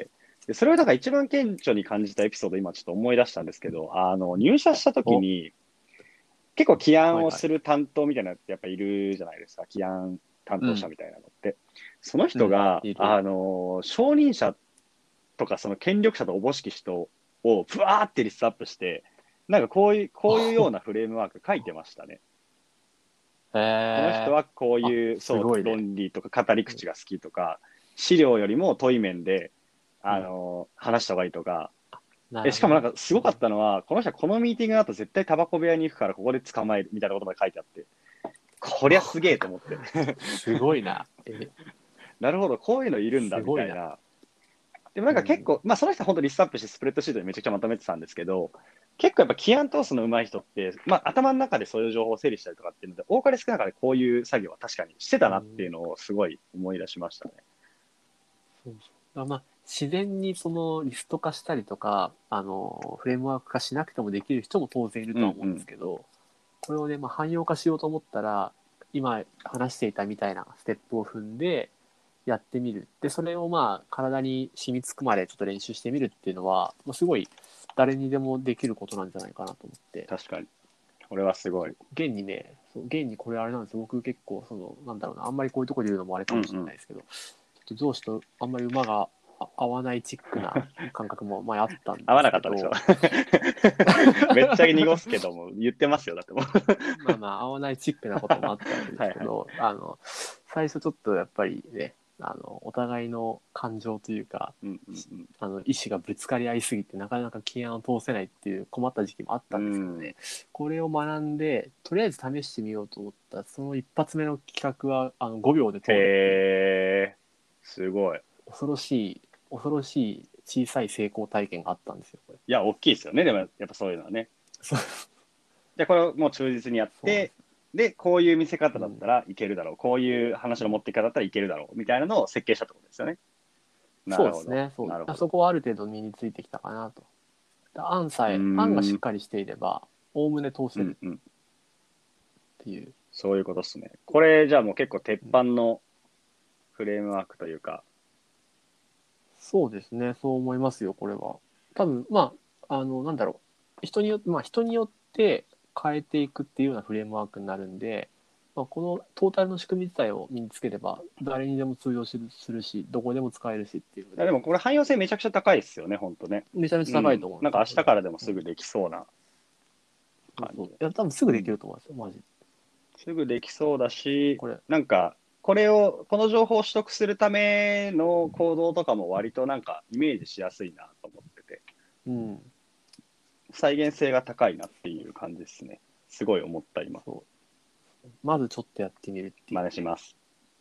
[SPEAKER 1] でそれをだから一番顕著に感じたエピソード、今ちょっと思い出したんですけど、入社した時に、結構起案をする担当みたいなのってやっぱいるじゃないですか、起案担当者みたいなのって。その人が、
[SPEAKER 2] いる
[SPEAKER 1] 承認者とかその権力者とおぼしき人をふわーってリストアップして、なんかこういうようなフレームワーク書いてましたね。この人はこういう、そう、
[SPEAKER 2] すごいね。
[SPEAKER 1] 論理とか語り口が好きとか、資料よりも問い面で、話した方がいいとか、しかもなんかすごかったのは、この人はこのミーティングの後絶対タバコ部屋に行くからここで捕まえるみたいなことまで書いてあって、こりゃすげえと思って。
[SPEAKER 2] すごいな。
[SPEAKER 1] なるほど、こういうのいるんだみたいな。でもなんか結構、まあその人は本当リストアップしてスプレッドシートにめちゃくちゃまとめてたんですけど、結構やっぱ起案通すの上手い人って、まあ頭の中でそういう情報を整理したりとかっていうので、多かれ少なかれこういう作業は確かにしてたなっていうのをすごい思い出しましたね。
[SPEAKER 2] そうそう。まあ、自然にそのリスト化したりとか、フレームワーク化しなくてもできる人も当然いるとは思うんですけど、これをね、まあ、汎用化しようと思ったら、今話していたみたいなステップを踏んでやってみる。で、それをまあ、体に染みつくまでちょっと練習してみるっていうのは、まあ、すごい誰にでもできることなんじゃないかなと思って。
[SPEAKER 1] 確かに。これはすごい。
[SPEAKER 2] 現にね、現にこれあれなんですよ。僕結構、なんだろうな、あんまりこういうところで言うのもあれかもしれないですけど、ちょっと上司とあんまり馬が合わないチックな感覚も前あったんですけど。
[SPEAKER 1] 合わなかったでしょ。めっちゃ濁すけども、言ってますよ、だってもう。
[SPEAKER 2] まあまあ、合わないチックなこともあったわけですけど、最初ちょっとやっぱりね、お互いの感情というか、意思がぶつかり合いすぎてなかなか起案を通せないっていう困った時期もあったんですけどね、これを学んでとりあえず試してみようと思ったその一発目の企画は5秒で通るっていう、
[SPEAKER 1] すごい。
[SPEAKER 2] 恐ろしい小さい成功体験があったんですよ、これ。
[SPEAKER 1] いや、大きいですよね、でもやっぱそういうのはね。
[SPEAKER 2] そう
[SPEAKER 1] じゃあこれをもう忠実にやって、で、こういう見せ方だった
[SPEAKER 2] うん
[SPEAKER 1] らいけるだろう、こういう話の持っていき方だったらいけるだろう、みたいなのを設計したってことですよね。なるほど。
[SPEAKER 2] そうですね。
[SPEAKER 1] なるほど。
[SPEAKER 2] そこはある程度身についてきたかなと。案がしっかりしていれば、おおむね通せるっていう。
[SPEAKER 1] そういうことですね。これ、じゃあもう結構鉄板のフレームワークというか。
[SPEAKER 2] そうですね。そう思いますよ、これは。多分、まあ、なんだろう。人によって変えていくっていうようなフレームワークになるんで、まあ、このトータルの仕組み自体を身につければ、誰にでも通用するし、どこでも使えるしっていう
[SPEAKER 1] いやでもこれ汎用性めちゃくちゃ高いですよね、本当ね。
[SPEAKER 2] めちゃめちゃ高いと思うん
[SPEAKER 1] なんか明
[SPEAKER 2] ですよ、
[SPEAKER 1] 日からでもすぐできそうな感じ。
[SPEAKER 2] いや、多分すぐできると思いますよ、マジで。
[SPEAKER 1] すぐできそうだし、
[SPEAKER 2] これ。
[SPEAKER 1] なんか、この情報を取得するための行動とかも割となんかイメージしやすいなと思ってて、
[SPEAKER 2] うん。
[SPEAKER 1] 再現性が高いなっていう感じですね。すごい思った今。
[SPEAKER 2] まずちょっとやってみるっていう。
[SPEAKER 1] 真似します。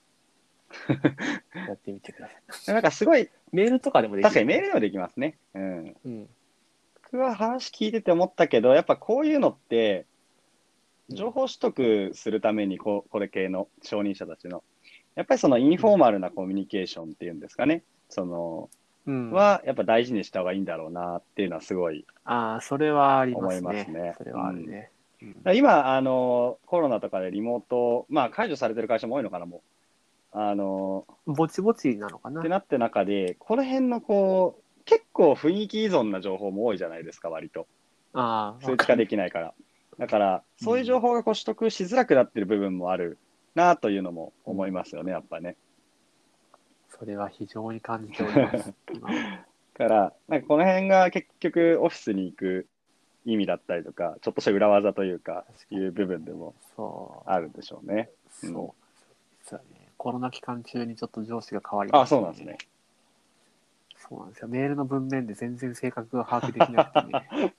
[SPEAKER 2] やってみてください。
[SPEAKER 1] なんかすごい、
[SPEAKER 2] メールとかでもできる。
[SPEAKER 1] 確かにメールでもできますね。僕は話聞いてて思ったけど、やっぱこういうのって、情報取得するためにこれ系の承認者たちの、やっぱりそのインフォーマルなコミュニケーションっていうんですかね。はやっぱ大事にした方がいいんだろうなっていうのはすごい
[SPEAKER 2] それはありま
[SPEAKER 1] 思い
[SPEAKER 2] すね。
[SPEAKER 1] ますね。
[SPEAKER 2] それはあるね。
[SPEAKER 1] 今、コロナとかでリモート、まあ解除されてる会社も多いのかな、も
[SPEAKER 2] う。ぼちぼちなのかな。
[SPEAKER 1] ってなって中で、この辺の結構雰囲気依存な情報も多いじゃないですか、割と。数値化できないから。だから、そういう情報が取得しづらくなってる部分もあるなというのも思いますよね、やっぱね。
[SPEAKER 2] それは非常に感じております。
[SPEAKER 1] から、なんかこの辺が結局オフィスに行く意味だったりとか、ちょっとした裏技というか、いう部分でもあるんでしょうね。
[SPEAKER 2] そう。実はね、コロナ期間中にちょっと上司が変わりました、
[SPEAKER 1] そうなんですね。
[SPEAKER 2] そうなんですよ。メールの文面で全然性格が把握できなくてね。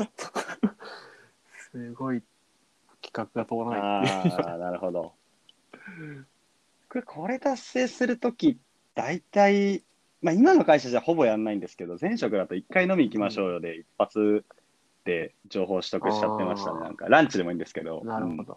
[SPEAKER 2] すごい企画が通らないっていう。
[SPEAKER 1] なるほど。これ達成するとき、大体、まあ今の会社じゃほぼやんないんですけど、前職だと一回飲み行きましょうよで、一発で情報取得しちゃってましたね。なんかランチでもいいんですけど。
[SPEAKER 2] なるほど。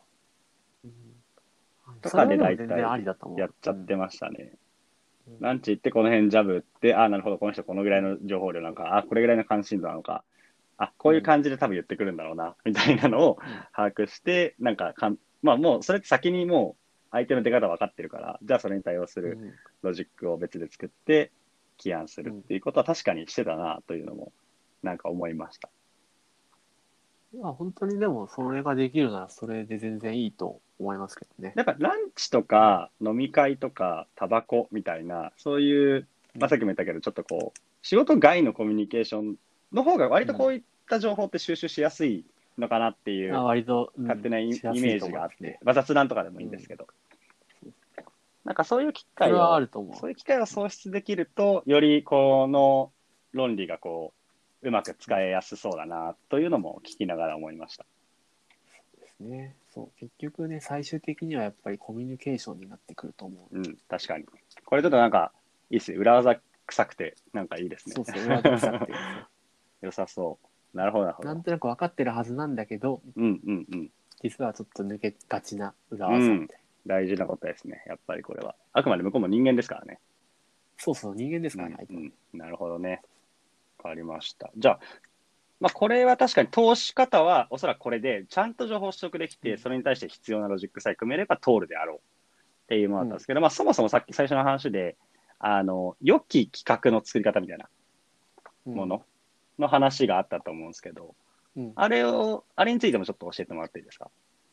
[SPEAKER 1] とかで大体やっちゃってましたね。ランチ行ってこの辺ジャブって、なるほど、この人このぐらいの情報量なんか、これぐらいの関心度なのか、こういう感じで多分言ってくるんだろうな、みたいなのを把握して、なんかまあもうそれって先にもう相手の出方分かってるから、じゃあそれに対応するロジックを別で作って、 起案するっていうことは確かにしてたなというのもなんか思いました。
[SPEAKER 2] まあ本当にでもそれができるならそれで全然いいと思いますけどね。
[SPEAKER 1] やっぱランチとか飲み会とかタバコみたいな、そういう、まあ、さっきも言ったけど、ちょっとこう、仕事外のコミュニケーションの方が割とこういった情報って収集しやすいのかなっていう
[SPEAKER 2] 割と、
[SPEAKER 1] 勝手なイ
[SPEAKER 2] しやすいと
[SPEAKER 1] メージがあって、
[SPEAKER 2] 思いますね。
[SPEAKER 1] まあ、雑談とかでもいいんですけど、なんかそういう機
[SPEAKER 2] それはあ
[SPEAKER 1] 会を、
[SPEAKER 2] ると思
[SPEAKER 1] そういう機会を創出できると、よりこの論理がこう、うまく使いやすそうだなというのも聞きながら思いました。
[SPEAKER 2] ですね。そう、結局ね、最終的にはやっぱりコミュニケーションになってくると思う。
[SPEAKER 1] うん、確かに。これちょっとなんか、いいっすね。裏技臭くて、なんかいいですね。
[SPEAKER 2] そうそう、裏技臭くて、そう。
[SPEAKER 1] 良さそう。なるほど、なるほど。
[SPEAKER 2] なんとなく分かってるはずなんだけど、
[SPEAKER 1] うんうんうん。
[SPEAKER 2] 実はちょっと抜けがちな裏
[SPEAKER 1] うん。
[SPEAKER 2] 技みたいな。
[SPEAKER 1] 大事なことですね。やっぱりこれは。あくまで向こうも人間ですからね。
[SPEAKER 2] そうそう、人間ですからね、
[SPEAKER 1] うんう
[SPEAKER 2] 相手はね。
[SPEAKER 1] ん。なるほどね。わかりました。じゃあ、まあ、これは確かに通し方はおそらくこれで、ちゃんと情報を取得できて、
[SPEAKER 2] うん。
[SPEAKER 1] それに対して必要なロジックさえ組めれば通るであろうっていうものだ
[SPEAKER 2] うん。
[SPEAKER 1] ったんですけど、まあ、そもそもさっき最初の話で、良き企画の作り方みたいな
[SPEAKER 2] うん。
[SPEAKER 1] ものの話があったと思うんですけど、
[SPEAKER 2] うん。
[SPEAKER 1] あれについてもちょっと教えてもらっていいですか？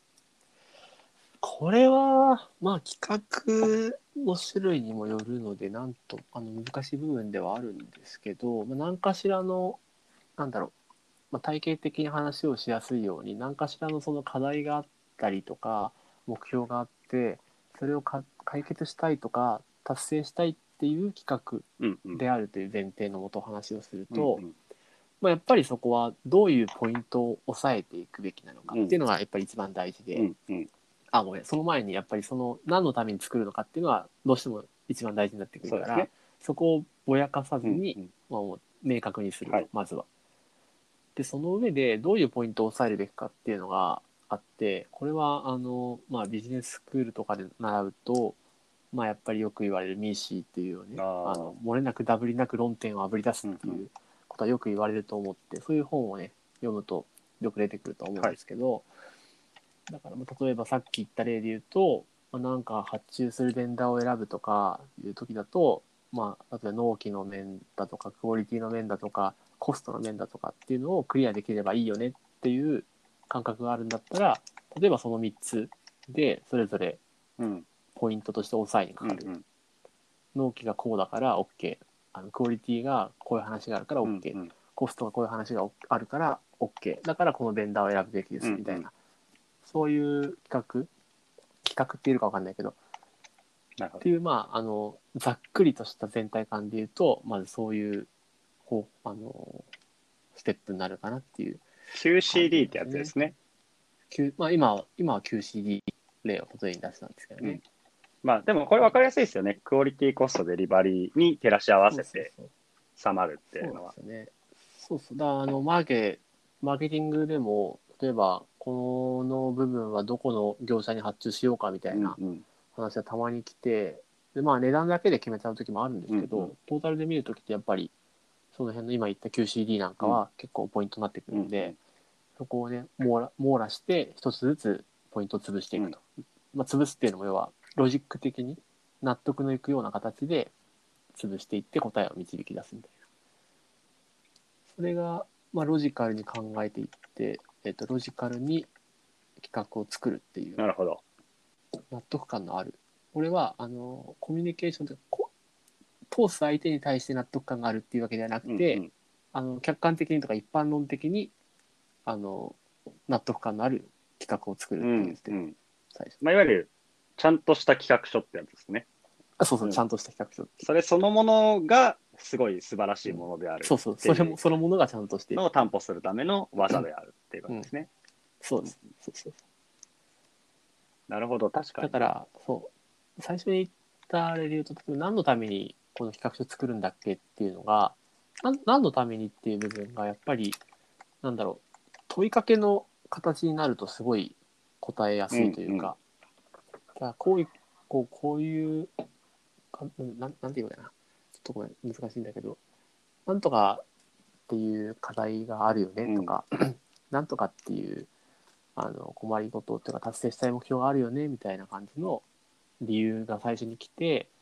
[SPEAKER 2] これは、まあ企画の種類にもよるので、なんと、難しい部分ではあるんですけど、まあ、何かしらの、なんだろう、まあ、体系的に話をしやすいように何かしらのその課題があったりとか目標があってそれを解決したいとか達成したいっていう企画
[SPEAKER 1] うんうん。
[SPEAKER 2] であるという前提のもと話をすると、
[SPEAKER 1] うんうん。
[SPEAKER 2] まあ、やっぱりそこはどういうポイントを抑えていくべきなのか
[SPEAKER 1] うん
[SPEAKER 2] っていうのがやっぱり一番大事で、
[SPEAKER 1] うんうん。
[SPEAKER 2] ごめんその前にやっぱりその何のために作るのかっていうのはどうしても一番大事になってくるから
[SPEAKER 1] そうですね。
[SPEAKER 2] そこをぼやかさずに、
[SPEAKER 1] うんうん。
[SPEAKER 2] まあ、もう明確にする
[SPEAKER 1] はい。
[SPEAKER 2] とまずは。でその上でどういうポイントを抑えるべきかっていうのがあってこれはビジネススクールとかで習うと、まあ、やっぱりよく言われるミーシーっていうよね
[SPEAKER 1] ああ。
[SPEAKER 2] 漏れなくダブりなく論点をあぶり出す
[SPEAKER 1] うんうん。
[SPEAKER 2] っていうことはよく言われると思ってそういう本をね読むとよく出てくると思うん
[SPEAKER 1] はい。
[SPEAKER 2] ですけど、だから例えばさっき言った例で言うと、なんか発注するベンダーを選ぶとかいう時だと、例えば納期の面だとかクオリティの面だとかコストの面だとかっていうのをクリアできればいいよねっていう感覚があるんだったら例えばその3つでそれぞれ
[SPEAKER 1] うん。
[SPEAKER 2] ポイントとして押さえにかかる、
[SPEAKER 1] うんうん。
[SPEAKER 2] 納期がこうだから OK、 クオリティがこういう話があるから
[SPEAKER 1] うん
[SPEAKER 2] OK、
[SPEAKER 1] うん。
[SPEAKER 2] コストがこういう話があるから OK だからこのベンダーを選ぶべきで
[SPEAKER 1] うんうん。
[SPEAKER 2] すみたいな、そういう企画っていうか分かんないけどっ
[SPEAKER 1] なるほど。
[SPEAKER 2] ていうざっくりとした全体感で言うとまずそういうこうステップになるかなっていう感じ
[SPEAKER 1] QCD ってや
[SPEAKER 2] ですね。
[SPEAKER 1] つですね。
[SPEAKER 2] 今は QCD 例を例えに出したんですけどね。
[SPEAKER 1] うん。まあ、でもこれ分かりやすいですよね。クオリティ、コスト、デリバリーに照らし合わせて
[SPEAKER 2] そうそうそう。
[SPEAKER 1] 収まるってい
[SPEAKER 2] そうなんで
[SPEAKER 1] うのは。
[SPEAKER 2] すよね。そうそう。だからマーケティングでも例えばこの部分はどこの業者に発注しようかみたいな
[SPEAKER 1] うんうん。
[SPEAKER 2] 話がたまに来て、で値段だけで決めちゃう時もあるんですけど、
[SPEAKER 1] うんうん。
[SPEAKER 2] トータルで見るときってやっぱりその辺の今言った QCD なんか
[SPEAKER 1] うん
[SPEAKER 2] は結構ポイントになってく
[SPEAKER 1] うんうん。
[SPEAKER 2] るんで、そこをね網羅して一つずつポイントを潰していくと、潰すっていうのも要はロジック的に納得のいくような形で潰していって答えを導き出すみたいな、それが、ロジカルに考えていって、ロジカルに企画を作るっていう
[SPEAKER 1] なるほど。
[SPEAKER 2] 納得感のある、これはコミュニケーションで通す相手に対して納得感があるっていうわけではなくて、
[SPEAKER 1] うんうん。
[SPEAKER 2] 客観的にとか一般論的にあの納得感のある企画を作る
[SPEAKER 1] う
[SPEAKER 2] っていうステップ、
[SPEAKER 1] んうん。
[SPEAKER 2] 最初。
[SPEAKER 1] まあ、いわゆる、ちゃんとした企画書ってやつですね。
[SPEAKER 2] そうそう、
[SPEAKER 1] うん。
[SPEAKER 2] ちゃんとした企画書ってい
[SPEAKER 1] それそのものがすごい素晴らしい
[SPEAKER 2] う、
[SPEAKER 1] ものである
[SPEAKER 2] そうそう、
[SPEAKER 1] っていう
[SPEAKER 2] そのものがちゃんとしている
[SPEAKER 1] のを
[SPEAKER 2] っていう、
[SPEAKER 1] 担保するための技であるっていうこ
[SPEAKER 2] うん、
[SPEAKER 1] とですね。
[SPEAKER 2] そうです、そうそう。
[SPEAKER 1] なるほど、確かに。
[SPEAKER 2] だから最初に言ったあれで言うと、例えば何のためにこの企画書作るんだっけっていうのが、何のためにっていう部分がやっぱりなんだろう、問いかけの形になるとすごい答えやすい
[SPEAKER 1] うんうん。
[SPEAKER 2] というか、だからこういうなんていうかな、ちょっとごめん難しいんだけど、なんとかっていう課題があるよね
[SPEAKER 1] うん。
[SPEAKER 2] とか、なんとかっていう困りごとっていうか達成したい目標があるよねみたいな感じの理由が最初に来て、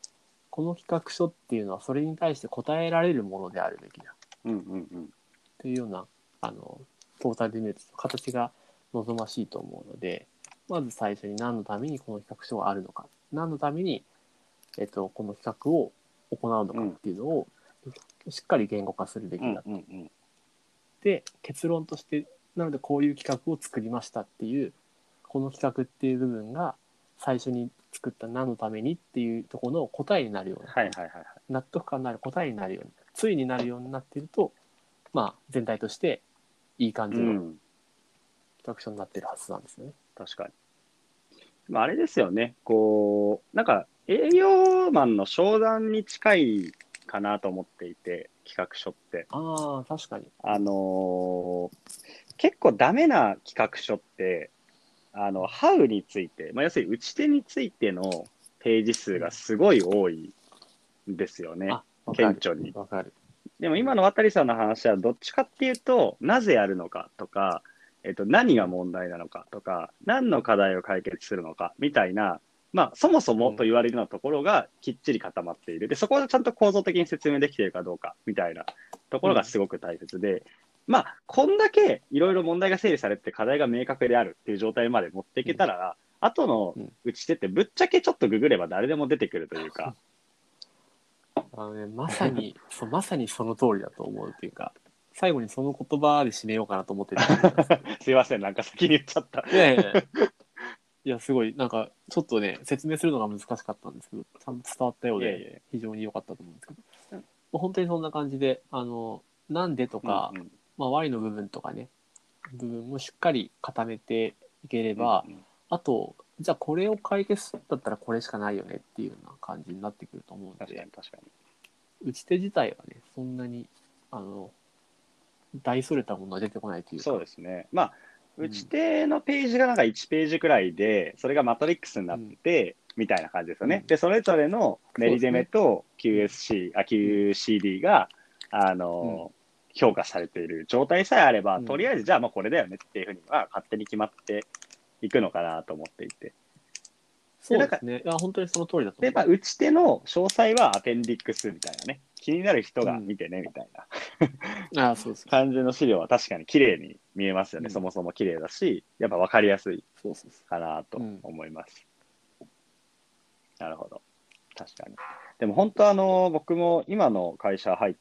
[SPEAKER 2] この企画書っていうのはそれに対して答えられるものであるべきだ
[SPEAKER 1] うんうんうん。
[SPEAKER 2] というようなトータルで見ると形が望ましいと思うので、まず最初に何のためにこの企画書があるのか、何のために、この企画を行うのかっていうのをしっかり言語化するべきだ。
[SPEAKER 1] うんうんうん。
[SPEAKER 2] で、結論として、なのでこういう企画を作りましたっていう、この企画っていう部分が最初に作った何のためにっていうところの答えになるような、
[SPEAKER 1] はいはいはいはい。
[SPEAKER 2] 納得感のある答えになるように、対になるようになっていると、まあ全体としていい感じの
[SPEAKER 1] うん。
[SPEAKER 2] 企画書になってるはずなんですよね。
[SPEAKER 1] 確かに。まあ、あれですよね。こう、なんか営業マンの商談に近いかなと思っていて、企画書って。
[SPEAKER 2] ああ、確かに。
[SPEAKER 1] 結構ダメな企画書って、ハウについて、まあ、要するに打ち手についてのページ数がすごい多いんですよね。
[SPEAKER 2] あ、わかる。
[SPEAKER 1] 顕著に。
[SPEAKER 2] わかる。
[SPEAKER 1] でも今の渡さんの話はどっちかっていうと、なぜやるのかとか、何が問題なのかとか、何の課題を解決するのかみたいな、まあ、そもそもと言われるようなところがきっちり固まっている。で、そこをちゃんと構造的に説明できているかどうかみたいなところがすごく大切で、まあ、こんだけいろいろ問題が整理されて課題が明確であるっていう状態まで持っていけたら、後の打ち手ってぶっちゃけちょっとググれば誰でも出てくるというか、
[SPEAKER 2] まさにまさにその通りだと思うというか、最後にその言葉で締めようかなと思ってたんですけど。
[SPEAKER 1] すいません、なんか先に言っちゃった。
[SPEAKER 2] いやいやいや、いやすごいなんかちょっとね説明するのが難しかったんですけど、ちゃんと伝わったよう
[SPEAKER 1] いえいえ。
[SPEAKER 2] で非常に良かったと思うんですけど、
[SPEAKER 1] うん
[SPEAKER 2] もう本当にそんな感じでなんでとか、
[SPEAKER 1] うんうん
[SPEAKER 2] まあ、Y の部分とかね部分もしっかり固めていければ、
[SPEAKER 1] うんうん。
[SPEAKER 2] あとじゃあこれを解決だったらこれしかないよねっていうような感じになってくると思うの
[SPEAKER 1] 確か
[SPEAKER 2] で、
[SPEAKER 1] に確かに。
[SPEAKER 2] 打ち手自体はねそんなに大それたものは出てこないというか。
[SPEAKER 1] そうですね。まあ、打ち
[SPEAKER 2] うん
[SPEAKER 1] 手のページがなんか1ページくらいで、それがマトリックスになって
[SPEAKER 2] うん
[SPEAKER 1] て、みたいな感じですよね。
[SPEAKER 2] うん、
[SPEAKER 1] で、それぞれのメリデメ
[SPEAKER 2] そうですね。
[SPEAKER 1] と
[SPEAKER 2] うん
[SPEAKER 1] QCD が、
[SPEAKER 2] うん
[SPEAKER 1] 評価されている状態さえあれば、
[SPEAKER 2] うん、
[SPEAKER 1] とりあえずじゃあもうこれだよねっていうふうには勝手に決まっていくのかなと思っていて。で、なんか、
[SPEAKER 2] そうですね。いや本当にその通りだと
[SPEAKER 1] で、
[SPEAKER 2] 思います。
[SPEAKER 1] 打ち手の詳細はアペンディックスみたいなね。気になる人が
[SPEAKER 2] うん、
[SPEAKER 1] 見てね、みたいな。
[SPEAKER 2] そうそうそ
[SPEAKER 1] 感じの資料は確かに綺麗に見えますよ
[SPEAKER 2] う。
[SPEAKER 1] ね。
[SPEAKER 2] うん、
[SPEAKER 1] そもそも綺麗だし、やっぱ分かりやすい
[SPEAKER 2] そうそうそ
[SPEAKER 1] かな
[SPEAKER 2] う。う
[SPEAKER 1] と
[SPEAKER 2] ん、
[SPEAKER 1] 思います。なるほど。確かに。でも本当僕も今の会社入って、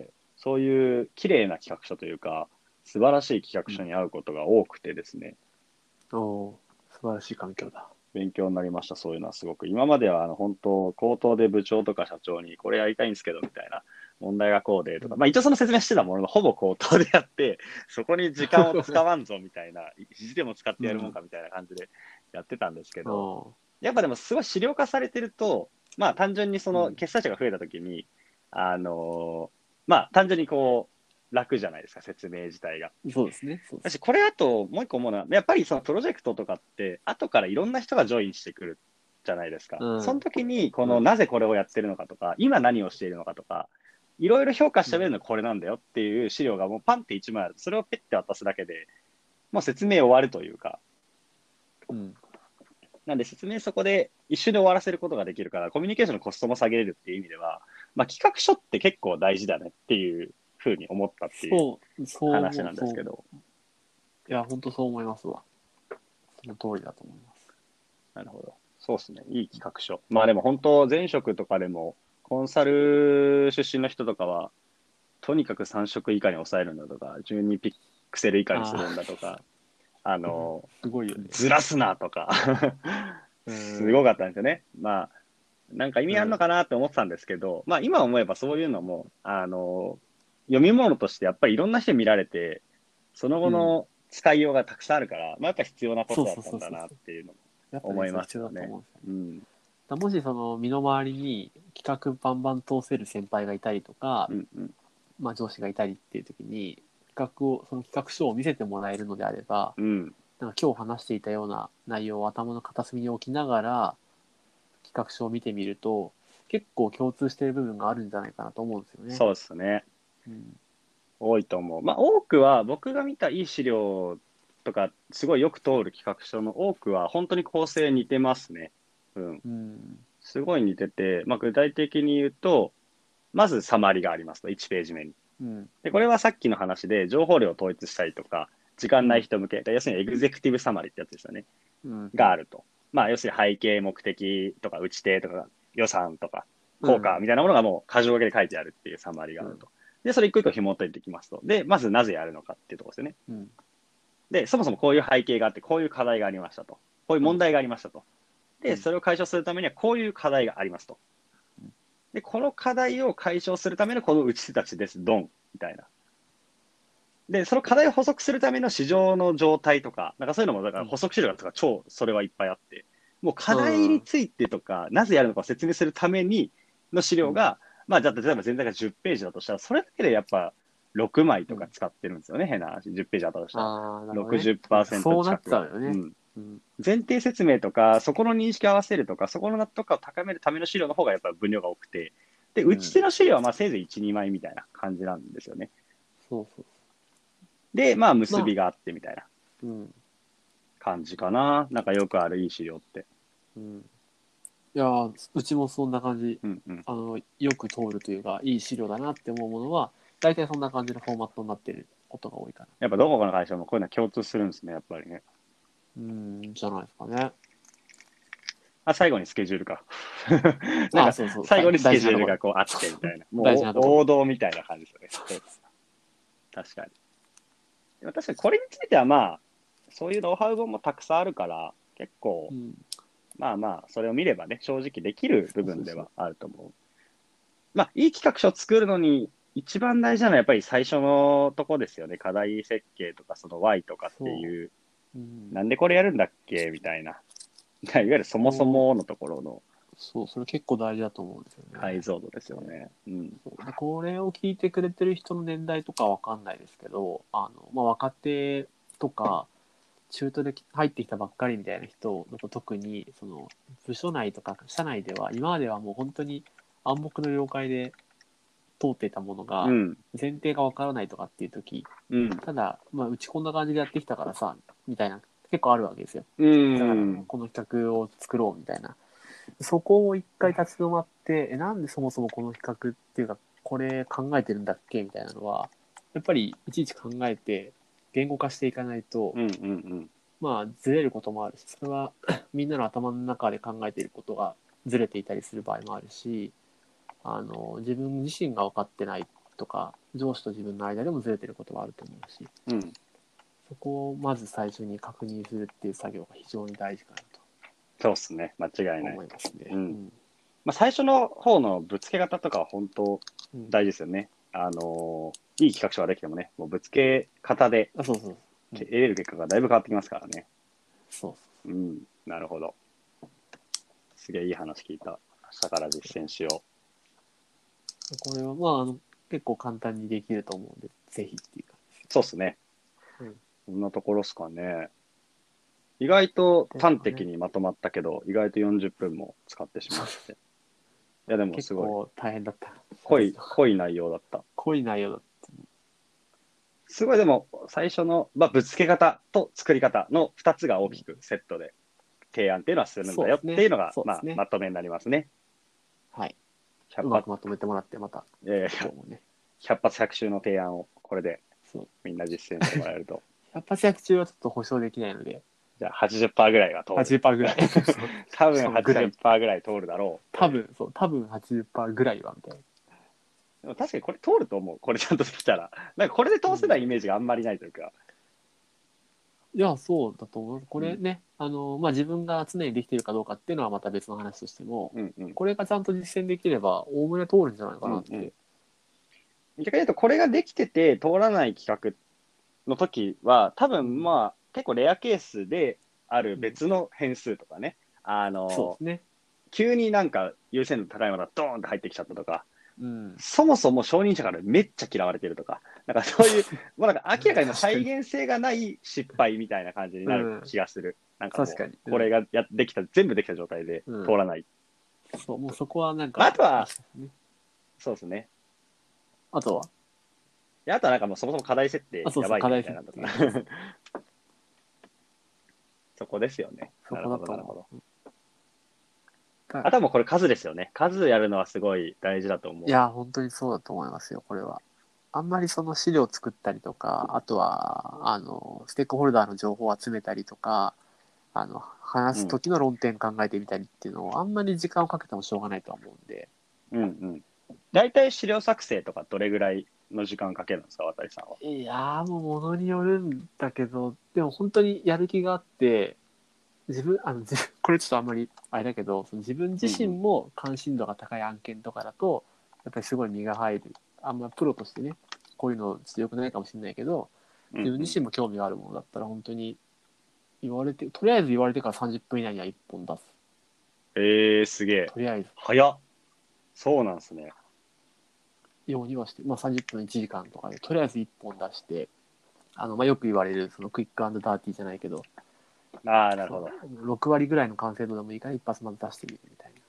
[SPEAKER 1] そういう綺麗な企画書というか、素晴らしい企画書に会うことが多くてですね、
[SPEAKER 2] おおー、素晴らしい環境だ。
[SPEAKER 1] 勉強になりました、そういうのはすごく。今までは本当、口頭で部長とか社長にこれやりたいんですけど、みたいな、問題がこうでとか、
[SPEAKER 2] うん、
[SPEAKER 1] まあ一応その説明してたものの、ほぼ口頭でやって、そこに時間を使わんぞみたいな、意地でも使ってやるもんかみたいな感じでやってたんですけ
[SPEAKER 2] お
[SPEAKER 1] ど、
[SPEAKER 2] お
[SPEAKER 1] やっぱでもすごい資料化されてると、まあ単純にそ
[SPEAKER 2] ー、うん、
[SPEAKER 1] の決済者が増えたときに、あのまあ単純にこう、楽じゃないですか、説明自体が。
[SPEAKER 2] そうですね。そうです。
[SPEAKER 1] 私、これあともう一個思うのは、やっぱりそのプロジェクトとかって、後からいろんな人がジョインしてくるじゃないですか。
[SPEAKER 2] うん、
[SPEAKER 1] その時に、こ
[SPEAKER 2] うん、
[SPEAKER 1] のなぜこれをやってるのかとか、今何をしているのかとか、いろいろ評価した上で
[SPEAKER 2] うん、
[SPEAKER 1] のこれなんだよっていう資料がもうパンって1枚ある。それをペッて渡すだけで、もう説明終わるというか、
[SPEAKER 2] うん、
[SPEAKER 1] なんで説明そこで一瞬で終わらせることができるから、コミュニケーションのコストも下げれるっていう意味では、まあ、企画書って結構大事だねっていうふうに思ったっていう
[SPEAKER 2] そう思う、
[SPEAKER 1] 話なんですけど、
[SPEAKER 2] いや、本当そう思いますわ。その通りだと思います。
[SPEAKER 1] なるほど。そうですね。いい企画書。まあでも本当、前職とかでも、コンサル出身の人とかは、とにかく3色以下に抑えるんだとか、12ピクセル以下にするん
[SPEAKER 2] あ
[SPEAKER 1] だとか、
[SPEAKER 2] あ、すごいよね。
[SPEAKER 1] ずらすなとか
[SPEAKER 2] うん、
[SPEAKER 1] すごかったんですよね。まあ、なんか意味あるの
[SPEAKER 2] うん、
[SPEAKER 1] かなって思ってたんですけど、まあ今思えばそういうのも、読み物としてやっぱりいろんな人に見られて、その後
[SPEAKER 2] うん。
[SPEAKER 1] の使いようがたくさんあるから、まあやっぱ必要なこ
[SPEAKER 2] そう
[SPEAKER 1] とだっ
[SPEAKER 2] そうそうそう。
[SPEAKER 1] たんだなっていうのも
[SPEAKER 2] やっぱね、
[SPEAKER 1] 思い
[SPEAKER 2] そう必要だ
[SPEAKER 1] ますよね。
[SPEAKER 2] と思うんですよね。
[SPEAKER 1] うん。
[SPEAKER 2] もしその身の回りに企画バンバン通せる先輩がいたりとか、
[SPEAKER 1] うんうん。
[SPEAKER 2] まあ、上司がいたりっていう時にその企画書を見せてもらえるのであれば、
[SPEAKER 1] うん。
[SPEAKER 2] なんか今日話していたような内容を頭の片隅に置きながら企画書を見てみると結構共通している部分があるんじゃないかなと思うんですよね。
[SPEAKER 1] そうですね。
[SPEAKER 2] うん、
[SPEAKER 1] 多いと思う。まあ多くは僕が見たいい資料とか、すごいよく通る企画書の多くは本当に構成似てますね。うん。
[SPEAKER 2] うん、
[SPEAKER 1] すごい似てて、まあ、具体的に言うと、まずサマリがありますと、1ページ目に。
[SPEAKER 2] うん
[SPEAKER 1] で、これはさっきの話で、情報量を統一したりとか、時間ない人向け、要するにエグゼクティブサマリってやつですよね。
[SPEAKER 2] うん
[SPEAKER 1] があると。まあ、要するに背景、目的とか、打ち手とか、予算とか、効果みたいなものがもう箇条書きで書いてあるっていうサマリがあると。で、それ一個一個紐解いていきますと。で、まずなぜやるのかっていうところですよね。
[SPEAKER 2] うん
[SPEAKER 1] で、そもそもこういう背景があって、こういう課題がありましたと。こういう問題がありましたと。で、それを解消するためには、こういう課題がありますと。で、この課題を解消するためのこの打ち手たちです、ドン、みたいな。で、その課題を補足するための市場の状態とか、なんかそういうのも、だから補足資料とか超それはいっぱいあって、もう課題についてとか、なぜやるのかを説明するためにの資料が、まあ、じゃあ例えば全体が10ページだとしたら、それだけでやっぱ6枚とか使ってるんですよね、変な話。10ページだったとしたら。
[SPEAKER 2] ああ、なるほどね。
[SPEAKER 1] 60%
[SPEAKER 2] そうなっ
[SPEAKER 1] 近くが。
[SPEAKER 2] ちゃうよね。
[SPEAKER 1] 前提説明とか、そこの認識を合わせるとか、そこの納得感を高めるための資料の方がやっぱり分量が多くて、で、打ち手の資料はまあせいぜい1、2枚みたいな感じなんですよね。
[SPEAKER 2] そうそう。
[SPEAKER 1] で、まあ結びがあってみたいな
[SPEAKER 2] うん。
[SPEAKER 1] 感じかな。なんかよくあるいい資料って。
[SPEAKER 2] うん。いやー、うちもそんな感じ。
[SPEAKER 1] うんうん。
[SPEAKER 2] よく通るというか、いい資料だなって思うものは、大体そんな感じのフォーマットになってることが多いかな。
[SPEAKER 1] やっぱどこかの会社もこういうのは共通するんですね、やっぱりね。
[SPEAKER 2] じゃないですかね。
[SPEAKER 1] あ、最後にスケジュールか。なんか、
[SPEAKER 2] そうそう。
[SPEAKER 1] 最後にスケジュール
[SPEAKER 2] 大事な
[SPEAKER 1] がこうあってみたいな。もう
[SPEAKER 2] 大事なところ
[SPEAKER 1] 王道みたいな感じですよね。そうです。確かに。でも確かにこれについてはまあ、そういうノウハウ本もたくさんあるから、結構、まあまあ、それを見ればね、正直できる部分ではあると思う。まあ、いい企画書を作るのに、一番大事なのはやっぱり最初のとこですよね。課題設計とか、その Y とかっていう、なんでこれやるんだっけみたいな。いわゆるそもそものところの
[SPEAKER 2] そう、それ結構大事だと思うんですよね。
[SPEAKER 1] 解像度ですよね。
[SPEAKER 2] でこれを聞いてくれてる人の年代とかわかんないですけど、若手とか、中途で入ってきたばっかりみたいな人の特に、その、部署内とか社内では、今まではもう本当に暗黙の了解で通っていたものが、前提がわからないとかっていう時、ただ、うちこんな感じでやってきたからさ、みたいな、結構あるわけですよ。だから、この企画を作ろうみたいな。そこを一回立ち止まって、なんでそもそもこの企画っていうか、これ考えてるんだっけみたいなのは、やっぱりいちいち考えて、言語化していかないと、ずれることもあるし、それはみんなの頭の中で考えていることがずれていたりする場合もあるし、自分自身が分かってないとか、上司と自分の間でもずれてることはあると思うし、そこをまず最初に確認するっていう作業が非常に大事かなと。
[SPEAKER 1] そうですね、間違いない。
[SPEAKER 2] 思いますね。
[SPEAKER 1] まあ、最初の方のぶつけ方とかは本当大事ですよね。いい企画書ができてもね、もうぶつけ方で得れる結果がだいぶ変わってきますからね。なるほど。すげえいい話聞いた。明日から実践しよ
[SPEAKER 2] う。これは結構簡単にできると思うんで、ぜひっていう感
[SPEAKER 1] じ。そうですね。こんなところですかね。意外と端的にまとまったけど、意外と40分も使ってしまって。いやでもすごい。
[SPEAKER 2] 結構大変だった。
[SPEAKER 1] 濃い内容だった。
[SPEAKER 2] 濃い内容だった。
[SPEAKER 1] すごいでも最初の、ぶつけ方と作り方の2つが大きくセットで提案っていうのはするんだよっていうのが、まとめになりますね。
[SPEAKER 2] はい。うまくまとめてもらってまた。
[SPEAKER 1] 100発100中の提案をこれでみんな実践してもらえると。
[SPEAKER 2] 100発100中はちょっと保証できないので。
[SPEAKER 1] じゃあ80%ぐらいは通る。
[SPEAKER 2] 80%ぐらい。
[SPEAKER 1] 多分80%ぐらい通るだろう。
[SPEAKER 2] 多分80%ぐらいはみたいな。
[SPEAKER 1] でも確かにこれ通ると思う。これちゃんとできたら。なんかこれで通せないイメージがあんまりないというか。
[SPEAKER 2] いや、そうだと思う。これね、自分が常にできているかどうかっていうのはまた別の話としても、これがちゃんと実践できれば、おおむね通るんじゃないかなって。
[SPEAKER 1] 逆に言うと、これができてて通らない企画の時は、多分結構レアケースである別の変数とかね。
[SPEAKER 2] そうですね。
[SPEAKER 1] 急になんか優先度高いものがドーンと入ってきちゃったとか、そもそも承認者からめっちゃ嫌われてるとか、なんかそういう、もうなんか明らかに再現性がない失敗みたいな感じになる気がする。なんかもうこれができた、全部できた状態で通らない。
[SPEAKER 2] そう、もうそこはなんか。
[SPEAKER 1] あとは、そうですね。
[SPEAKER 2] あとは
[SPEAKER 1] あとはなんかもうそもそも課題設定やばいみたいなとか。そこですよね。
[SPEAKER 2] そこだと思う。
[SPEAKER 1] あとはもうこれ数ですよね。数やるのはすごい大事だと思う。
[SPEAKER 2] いや、本当にそうだと思いますよ、これは。あんまりその資料を作ったりとか、あとは、ステークホルダーの情報を集めたりとか、話す時の論点考えてみたりっていうのを、あんまり時間をかけてもしょうがないとは思うんで。
[SPEAKER 1] うんうん。大体資料作成とかどれぐらいの時間かけるんですか、渡さんは。
[SPEAKER 2] いやー、もうものによるんだけど、でも本当にやる気があって、これちょっとあんまりあれだけど、その自分自身も関心度が高い案件とかだと、やっぱりすごい身が入る。あんまプロとしてね、こういうの強くないかもしれないけど、自分自身も興味があるものだったら、本当にとりあえず言われてから30分以内には1本出す。
[SPEAKER 1] すげえ。
[SPEAKER 2] とりあえず。
[SPEAKER 1] 早っ。そうなんですね。
[SPEAKER 2] ようにはして、まあ30分1時間とかで、とりあえず1本出して、よく言われる、そのクイックダーティーじゃないけど、
[SPEAKER 1] ああ、なるほど。
[SPEAKER 2] 6割ぐらいの完成度でもいいから一発まず出してみるみたいな。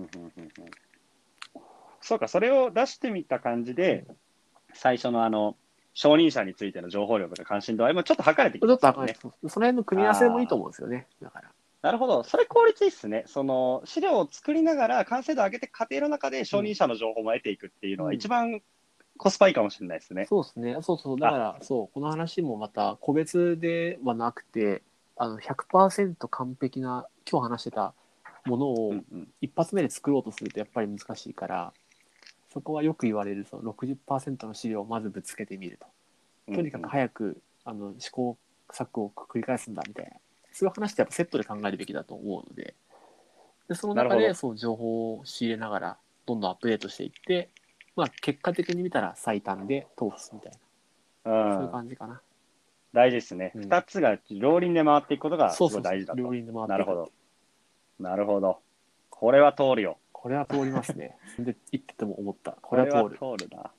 [SPEAKER 1] そうか、それを出してみた感じで、最初の承認者についての情報量とか関心度合いもちょっと測れてき
[SPEAKER 2] ちょっと
[SPEAKER 1] ますよね。
[SPEAKER 2] その辺の組み合わせでもいいと思うんですよね。だから。
[SPEAKER 1] なるほど。それ効率いいっすね。その資料を作りながら完成度を上げて過程の中で承認者の情報も得ていくっていうのは一番コスパいいかもしれないですね。
[SPEAKER 2] そうですね。そうそう。だから、この話もまた個別ではなくて、100% 完璧な、今日話してたものを一発目で作ろうとするとやっぱり難しいから、そこはよく言われるその 60% の資料をまずぶつけてみると。とにかく早く試行錯誤を繰り返すんだみたいな。そういう話ってやっぱセットで考えるべきだと思うので、その中でそう情報を仕入れながらどんどんアップデートしていって、まあ結果的に見たら最短で通すみたいな。そういう感じかな。
[SPEAKER 1] 大事ですね。2つが両輪で回っていくことがすごい大事だと。
[SPEAKER 2] 両輪で回っていく。
[SPEAKER 1] なるほど。なるほど。これは通るよ。
[SPEAKER 2] これは通りますね。で、言ってても思った。
[SPEAKER 1] これは通るな。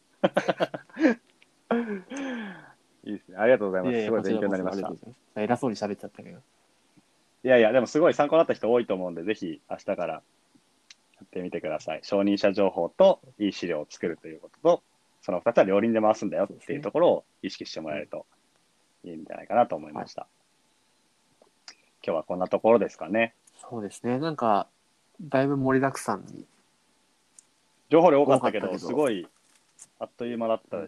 [SPEAKER 1] いいですね。ありがとうございます。すごい勉強になりました。
[SPEAKER 2] 偉そうに喋っちゃったけど。
[SPEAKER 1] いやいや、でもすごい参考になった人多いと思うんで、ぜひ明日からやってみてください。承認者情報といい資料を作るということと、その2つは両輪で回すんだよっていうところを意識してもらえるといいんじゃないかなと思いました。今日はこんなところですかね。
[SPEAKER 2] そうですね。なんか、だいぶ盛りだくさんに。
[SPEAKER 1] 情報量多かったけど、すごいあっという間だったです。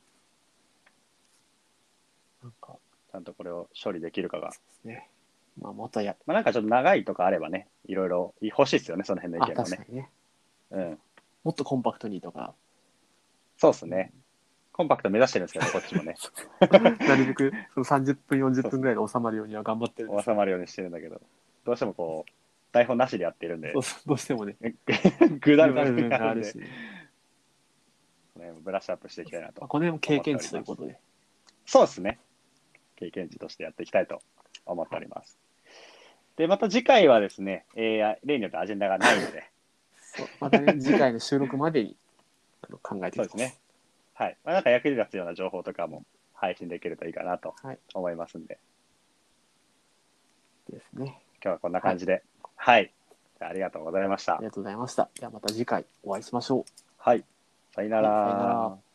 [SPEAKER 2] なんか
[SPEAKER 1] ちゃんとこれを処理できるかが。
[SPEAKER 2] そうですね。まあ、また
[SPEAKER 1] なんかちょっと長いとかあればね、いろいろ欲しいですよね、その辺の意見もね。
[SPEAKER 2] 確かにね。
[SPEAKER 1] うん。
[SPEAKER 2] もっとコンパクトにとか。
[SPEAKER 1] そうですね。コンパクト目指してるんですけど、こっちもね。
[SPEAKER 2] なるべくその30分、40分ぐらいで収まるようには頑張ってるんです。
[SPEAKER 1] 収まるようにしてるんだけど、どうしてもこう、台本なしでやってるんで、
[SPEAKER 2] どうしてもね、
[SPEAKER 1] ぐだる部分があるんで、
[SPEAKER 2] し、
[SPEAKER 1] ブラッシュアップしていきたいなと。
[SPEAKER 2] この辺も経験値ということで。
[SPEAKER 1] そうですね。経験値としてやっていきたいと思っております。で、また次回はですね、例によってアジェンダがないので、
[SPEAKER 2] またね、次回の収録までに考えていきます。
[SPEAKER 1] そうですね。はい。なんか役に立つような情報とかも配信できるといいかなと思いますんで。
[SPEAKER 2] ですね。
[SPEAKER 1] 今日はこんな感じで。はい。ありがとうございました。
[SPEAKER 2] ありがとうございました。ではまた次回お会いしましょう。
[SPEAKER 1] はい。さよなら。
[SPEAKER 2] さよなら。